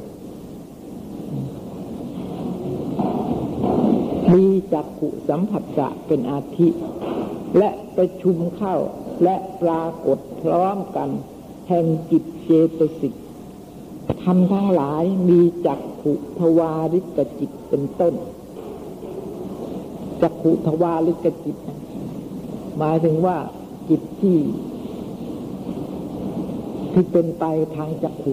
Speaker 2: มีจักขุสัมผัสจะเป็นอาทิและประชุมเข้าและปรากฏพร้อมกันแห่งจิตเจตสิกธรรมทั้งหลายมีจักขุทวาริกจิตเป็นต้นจักขุทวาริกจิตหมายถึงว่าจิตที่ที่เป็นไปทางจักขุ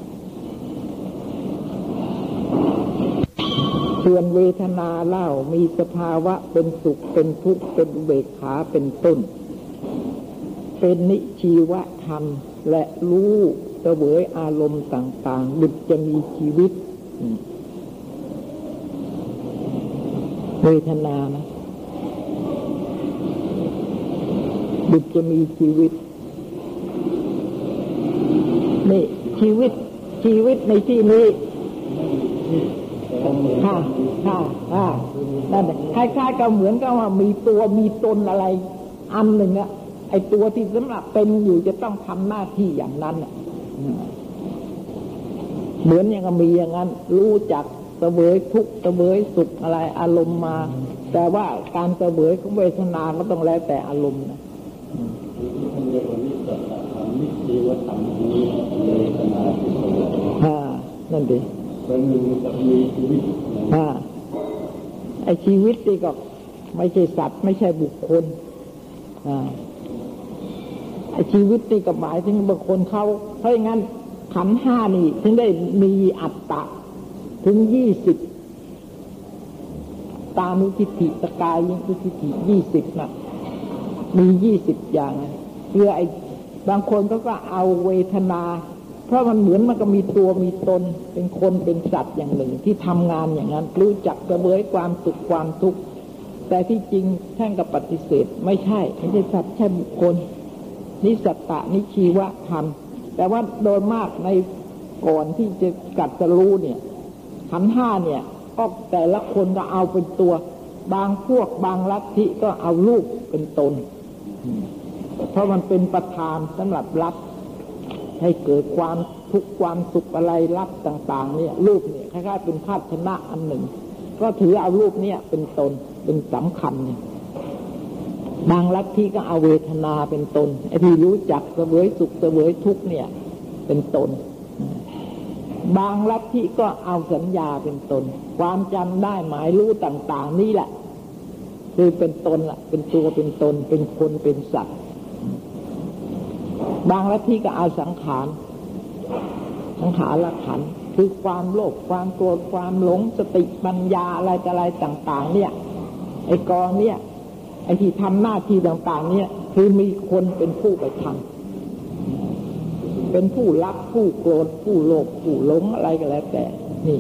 Speaker 2: ส่วนเวทนาเล่ามีสภาวะเป็นสุขเป็นทุกข์เป็นอุเบกขาเป็นต้นเป็นนิชีวธรรมและรู้เสวยอารมณ์ต่างๆดุจจะมีชีวิตเวทนานะดุจจะมีชีวิตนี่ชีวิตชีวิตในที่นี้ค่ะค่ะค่ะนั่นแหละคล้ายๆกับเหมือนกับว่ามีตัวมีตนอะไรอันหนึ่งอะไอตัวที่สำหรับเป็นอยู่จะต้องทำหน้าที่อย่างนั้นอะเหมือนอย่างมีอย่างนั้นรู้จักเสวยทุกข์เสวยสุขอะไรอารมณ์มาแต่ว่าการเสวยของเวทนาก็ต้องแล้วแต่อารมณ์นะฮ่านั่นดิฮ่าไอชีวิตนี่ก็ไม่ใช่สัตว์ไม่ใช่บุคคลอ่าไอชีวิตนี่ก็หมายถึงบุคคลเขาเพราะงั้นขันธ์ห้านี่ถึงได้มีอัตตะถึงยี่สิบตานุทิฏฐิตกายยิงนุทิฏฐิยี่สิบนะมียี่สิบอย่างเพื่อไอบางคนเขาก็เอาเวทนาเพราะมันเหมือนมันก็มีตัวมีตนเป็นคนเป็นสัตว์อย่างหนึ่งที่ทำงานอย่างนั้นรู้จักเสวยความสุขความทุกข์แต่ที่จริงท่านก็ปฏิเสธไม่ใช่ไม่ใช่สัตว์ใช่บุคคลนิสัตตะนิชีวธรรมแต่ว่าโดยมากในก่อนที่จะกัดจะรู้เนี่ยขันธ์ห้าเนี่ยก็แต่ละคนก็เอาเป็นตัวบางพวกบางลัทธิก็เอารูปเป็นตนเพราะมันเป็นประธานสำหรับรับให้เกิดความทุกข์ความสุขอะไรรับต่างๆเนี่ยรูปเนี่ยคล้ายๆเป็นภาชนะอันหนึ่งก็ถือเอารูปเนี่ยเป็นตนเป็นสำคัญเนี่ยบางลัทธิก็เอาเวทนาเป็นตนไอ้ที่รู้จักเสวยสุขเสวยทุกข์เนี่ยเป็นตนบางลัทธิก็เอาสัญญาเป็นตนความจำได้หมายรู้ต่างๆนี่แหละคือเป็นตนล่ะเป็นตัวเป็นตนเป็นคนเป็นสัตว์บางลัทธิก็เอาสังขารสังขารขันธ์คือความโลภความโกรธความหลงสติปัญญาอะไรอะไรต่างๆเนี่ยไอ้กองเนี่ยไอ้ที่ทำหน้าที่ต่างๆเนี่ยคือมีคนเป็นผู้ไปทำเป็นผู้รักผู้โกรธผู้โลภผู้หลงอะไรก็แล้วแต่นี่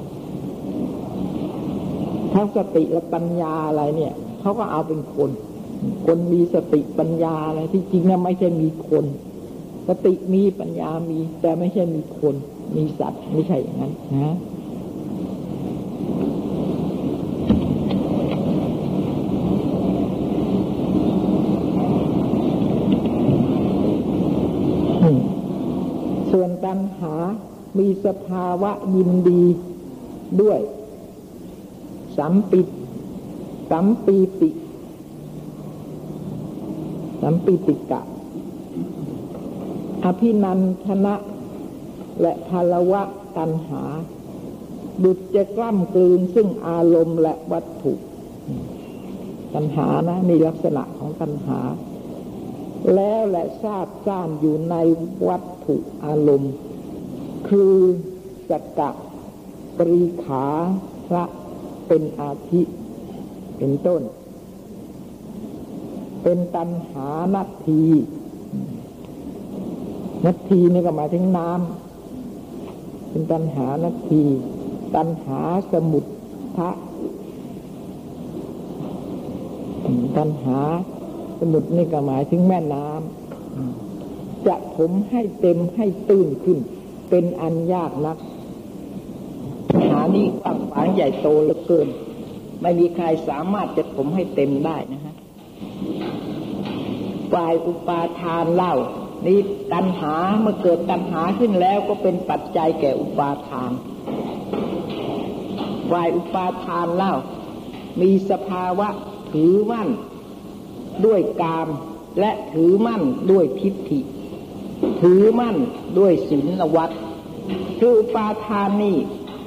Speaker 2: ทั้งสติและปัญญาอะไรเนี่ยเขาก็เอาเป็นคนคนมีสติปัญญาอะไรที่จริงเนี่ยไม่ใช่มีคนสติมีปัญญามีแต่ไม่ใช่มีคนมีสัตว์ไม่ใช่อย่างนั้นนะส่วนตัณหามีสภาวะยินดีด้วยสัมปิสัมปีติสัมปีติกะอภินันทนะและภาละวะตัณหาดุจจะกล้ำกลืนซึ่งอารมณ์และวัตถุตัณหานะนี่ลักษณะของตัณหาแล้วและทราบซ่านอยู่ในวัตถุอารมณ์คือสักกะปริขาพระเป็นอาทิเป็นต้นเป็นตัณหานัตถีนัตถีนี่ก็หมายถึงน้ำเป็นตัณหานัตถีตัณหาสมุททะตัณหาสมุทรนี่ก็หมายถึงแม่น้ำจะถมให้เต็มให้ตื้นขึ้นเป็นอันยากนักปัญหานี้กว้างขวางใหญ่โตเหลือเกินไม่มีใครสามารถจะถมให้เต็มได้นะฮะฝ่ายอุปาทานเล่านี่ตัณหาเมื่อเกิดตัณหาขึ้นแล้วก็เป็นปัจจัยแก่อุปาทานฝ่ายอุปาทานเล่ามีสภาวะถือมั่นด้วยกามและถือมั่นด้วยทิฏฐิถือมั่นด้วยศีลวัตรคืออุปาทานนี่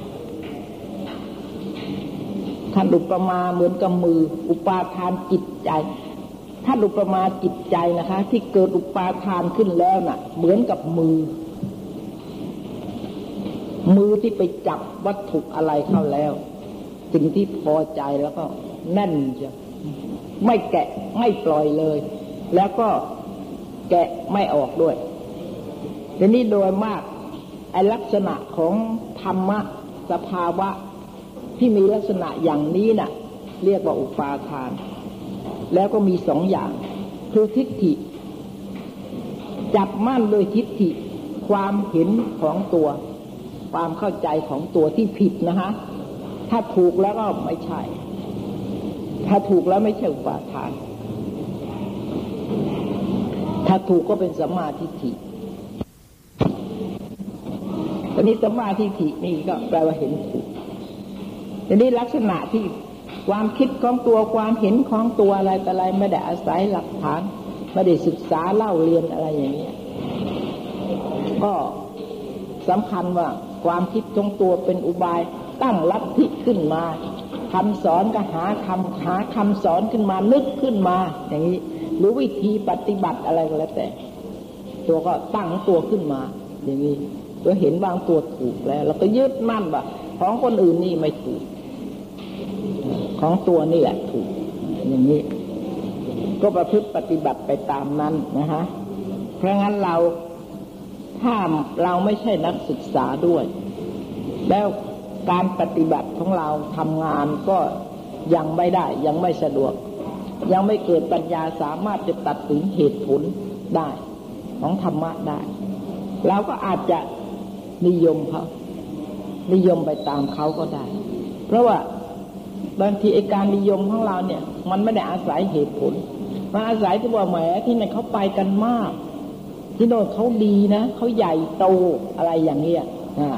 Speaker 2: ท่านอุปมาเหมือนกับมืออุปาทานจิตใจท่านอุปมาจิตใจนะคะที่เกิดอุปาทานขึ้นแล้วน่ะเหมือนกับมือมือที่ไปจับวัตถุอะไรเข้าแล้วสิ่งที่พอใจแล้วก็แน่นจะไม่แกะไม่ปล่อยเลยแล้วก็แกะไม่ออกด้วยทีนี้โดยมากไอ้ลักษณะของธรรมะสภาวะที่มีลักษณะอย่างนี้น่ะเรียกว่าอุปาทานแล้วก็มีสองอย่างคือทิฏฐิจับมั่นโดยทิฏฐิความเห็นของตัวความเข้าใจของตัวที่ผิดนะฮะถ้าถูกแล้วก็ไม่ใช่ถ้าถูกแล้วไม่ใช่อุปาทานถ้าถูกก็เป็นสัมมาทิฏฐิตอนนี้สัมมาทิฏฐินี่ก็แปลว่าเห็นถูกทีนี้ลักษณะที่ความคิดของตัวความเห็นของตัวอะไรแต่อะไรไม่ได้อาศัยหลักฐานไม่ได้ศึกษาเล่าเรียนอะไรอย่างนี้ก็สำคัญว่าความคิดของตัวเป็นอุบายตั้งลัทธิขึ้นมาคำสอนก็หาคำหาคำสอนขึ้นมานึกขึ้นมาอย่างนี้หรือวิธีปฏิบัติอะไรก็แล้วแต่ตัวก็ตั้งตัวขึ้นมาอย่างนี้ตัวเห็นบางตัวถูกแล้วแล้วก็ยึดมั่นว่าของคนอื่นนี่ไม่ถูกของตัวนี่แหละถูกอย่างนี้ก็ประพฤติปฏิบัติไปตามนั้นนะฮะเพราะงั้นเราถ้าเราไม่ใช่นักศึกษาด้วยแล้วการปฏิบัติของเราทำงานก็ยังไม่ได้ยังไม่สะดวกยังไม่เกิดปัญญาสามารถจะตัดสินเหตุผลได้ของธรรมะได้เราก็อาจจะนิยมเขานิยมไปตามเขาก็ได้เพราะว่าบางทีไอ้การนิยมของเราเนี่ยมันไม่ได้อาศัยเหตุผลมันอาศัยที่ว่าแหมที่นั่นเขาไปกันมากที่โน่นเขาดีนะเขาใหญ่โตอะไรอย่างเงี้ยอ่า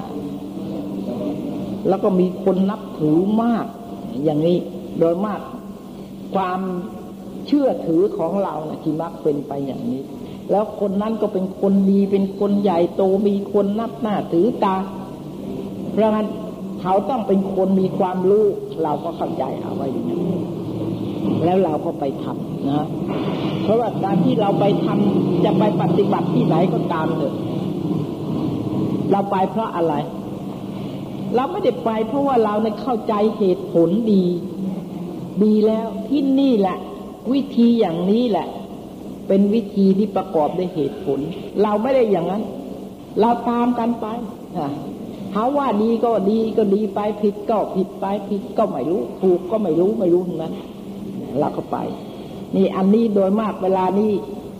Speaker 2: แล้วก็มีคนนับถือมากอย่างนี้โดยมากความเชื่อถือของเรานะที่มักเป็นไปอย่างนี้แล้วคนนั้นก็เป็นคนดีเป็นคนใหญ่โตมีคนนับหน้าถือตาเพราะงั้นเขาต้องเป็นคนมีความรู้เราก็เข้าใจเอาไว้อย่างนั้นแล้วเราก็ไปทำนะเพราะว่าการที่เราไปทำจะไปปฏิบัติที่ไหนก็ตามเถอะเราไปเพราะอะไรเราไม่ได้ไปเพราะว่าเราเนี่ยเข้าใจเหตุผลดีดีแล้วที่นี่แหละวิธีอย่างนี้แหละเป็นวิธีที่ประกอบด้วยเหตุผลเราไม่ได้อย่างนั้นเราตามกันไปเขาว่าดีก็ดีก็ดีไปผิดก็ผิดไปผิดก็ไม่รู้ถูกก็ไม่รู้ไม่รู้นะเราก็ไปนี่อันนี้โดยมากเวลานี้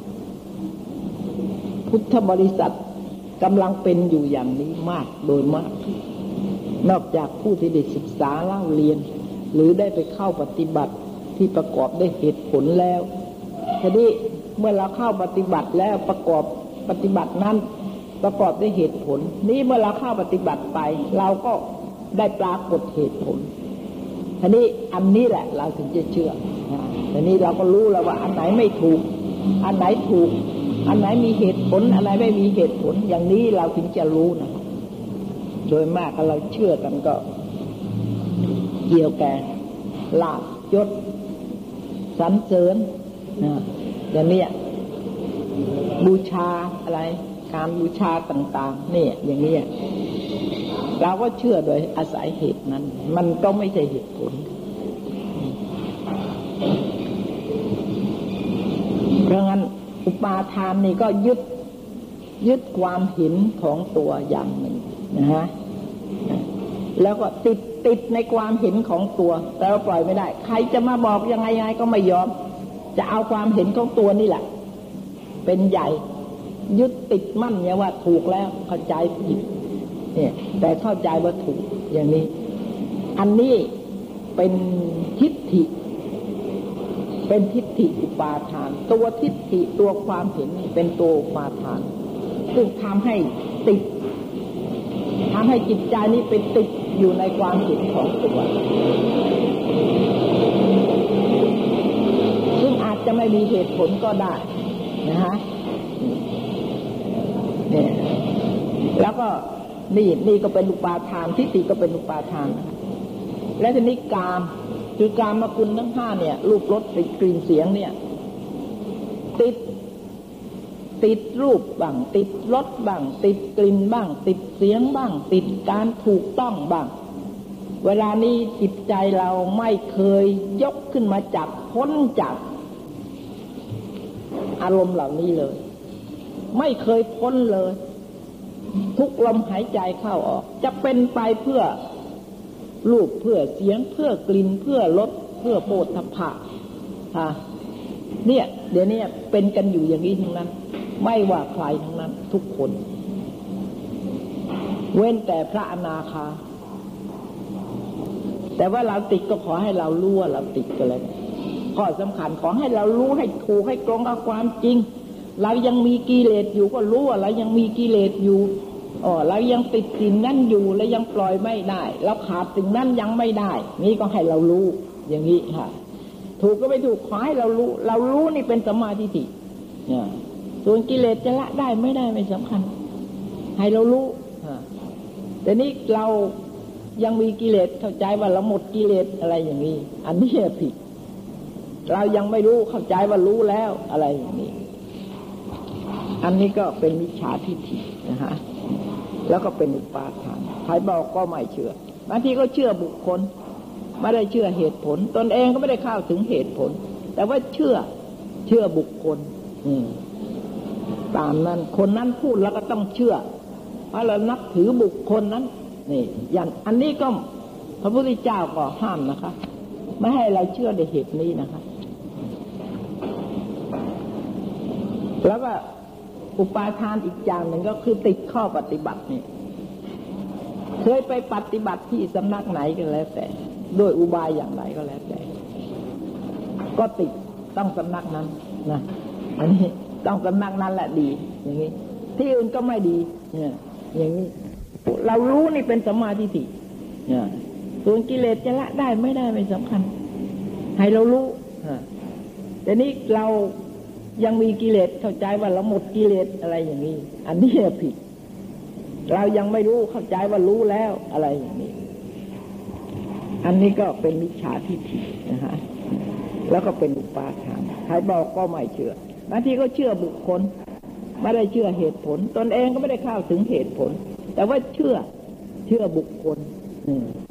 Speaker 2: พุทธบริษัทกำลังเป็นอยู่อย่างนี้มากโดยมากนอกจากผู้ที่ได้ศึกษาเล่าเรียนหรือได้ไปเข้าปฏิบัติที่ประกอบด้วยเหตุผลแล้วทีนี้เมื่อเราเข้าปฏิบัติแล้วประกอบปฏิบัตินั้นประกอบด้วยเหตุผลนี้เมื่อเราเข้าปฏิบัติไปเราก็ได้ปรากฏเหตุผลทีนี้อันนี้แหละเราถึงจะเชื่อทีนี้เราก็รู้แล้วว่าอันไหนไม่ถูกอันไหนถูกอันไหนมีเหตุผลอันไหนไม่มีเหตุผลอย่างนี้เราถึงจะรู้นะโดยมากเราเชื่อกันก็เกี่ยวกับลาภยศสรรเสริญนะอย่างนี้บูชาอะไรการบูชาต่างๆเนี่ยอย่างนี้เราก็เชื่อโดยอาศัยเหตุนั้นมันก็ไม่ใช่เหตุผลเพราะงั้นอุปาทานนี่ก็ยึดยึดความเห็นของตัวอย่างหนึ่งนะฮะแล้วก็ติดติดในความเห็นของตัวแต่เราปล่อยไม่ได้ใครจะมาบอกยังไงยังไงก็ไม่ยอมจะเอาความเห็นของตัวนี่แหละเป็นใหญ่ยึดติดมั่นเนี่ยว่าถูกแล้วเข้าใจผิดเนี่ยแต่เข้าใจว่าถูกอย่างนี้อันนี้เป็นทิฏฐิเป็นทิฏฐิอุปาทานตัวทิฏฐิตัวความเห็นเป็นตัวอุปาทานซึ่งทำให้ติดทำให้จิตใจนี้เป็นติดอยู่ในความเห็นของตัวซึ่งอาจจะไม่มีเหตุผลก็ได้นะฮะเนี่ยแล้วก็นี่นี่ก็เป็นอุปาทานทิฏฐิก็เป็นอุปาทานนะและทีนี้กามคือกามคุณทั้งห้าเนี่ยรูปรสกลิ่นเสียงเนี่ยติดติดรูปบ้างติดรสบ้างติดกลิ่นบ้างติดเสียงบ้างติดการถูกต้องบ้างเวลานี้จิตใจเราไม่เคยยกขึ้นมาจากพ้นจากอารมณ์เหล่านี้เลยไม่เคยพ้นเลยทุกลมหายใจเข้าออกจะเป็นไปเพื่อรูปเพื่อเสียงเพื่อกลิ่นเพื่อรสเพื่อโผฏฐัพพะค่ะเนี่ยเดี๋ยวนี้เป็นกันอยู่อย่างนี้ทั้งนั้นไม่ว่าใครทั้งนั้นทุกคนเว้นแต่พระอนาคาแต่ว่าเราติดก็ขอให้เรารู้ว่าเราติดก็แล้วข้อสำคัญขอให้เรารู้ให้ถูกให้ตรงกับความจริงเรายังมีกิเลสอยู่ก็รู้ว่าเรายังมีกิเลสอยู่อ๋อเรายังติดสิ่งนั้นอยู่และยังปล่อยไม่ได้เราขาดสิ่งนั้นยังไม่ได้นี่ก็ให้เรารู้อย่างนี้ค่ะถูกก็ไม่ถูกขอให้เรารู้เรารู้นี่เป็นสัมมาทิฏฐิเนี่ยส่วนกิเลสจะละได้ไม่ได้ไม่สำคัญให้เรารู้แต่นี่เรายังมีกิเลสเข้าใจว่าเราหมดกิเลสอะไรอย่างนี้อันนี้ผิดเรายังไม่รู้เข้าใจว่ารู้แล้วอะไรอย่างนี้อันนี้ก็เป็นมิจฉาทิฏฐินะฮะแล้วก็เป็นอุปาทานใครบอกก็ไม่เชื่อบางทีก็เชื่อบุคคลไม่ได้เชื่อเหตุผลตนเองก็ไม่ได้เข้าถึงเหตุผลแต่ว่าเชื่อเชื่อบุคคลอืมตามนั้นคนนั้นพูดแล้วก็ต้องเชื่อเพราะเรานับถือบุคคลนั้นนี่อย่างอันนี้ก็พระพุทธเจ้าก็ห้ามนะคะไม่ให้เราเชื่อในเหตุนี้นะคะแล้วก็อุปาทานอีกอย่างหนึ่งก็คือติดข้อปฏิบัตินี่เคยไปปฏิบัติที่สำนักไหนก็แล้วแต่ด้วยอุบายอย่างไรก็แล้วแต่ก็ติดต้องสำนักนั้นนะอันนี้ต้องสำนักนั้นแหละดีอย่างนี้ที่อื่นก็ไม่ดีเนี่ยอย่างนี้เรารู้นี่เป็นสัมมาทิฏฐิเนี่ยส่วนกิเลสจะละได้ไม่ได้ไม่สำคัญให้เรารู้แต่นี่เรายังมีกิเลสเข้าใจว่าเราหมดกิเลสอะไรอย่างนี้อันนี้ผิดเรายังไม่รู้เข้าใจว่ารู้แล้วอะไรอย่างนี้อันนี้ก็เป็นมิจฉาทิฏฐินะฮะแล้วก็เป็นอุปาทานใครบอกก็ไม่เชื่อบางทีก็เชื่อบุคคลไม่ได้เชื่อเหตุผลตนเองก็ไม่ได้เข้าถึงเหตุผลแต่ว่าเชื่อเชื่อบุคคล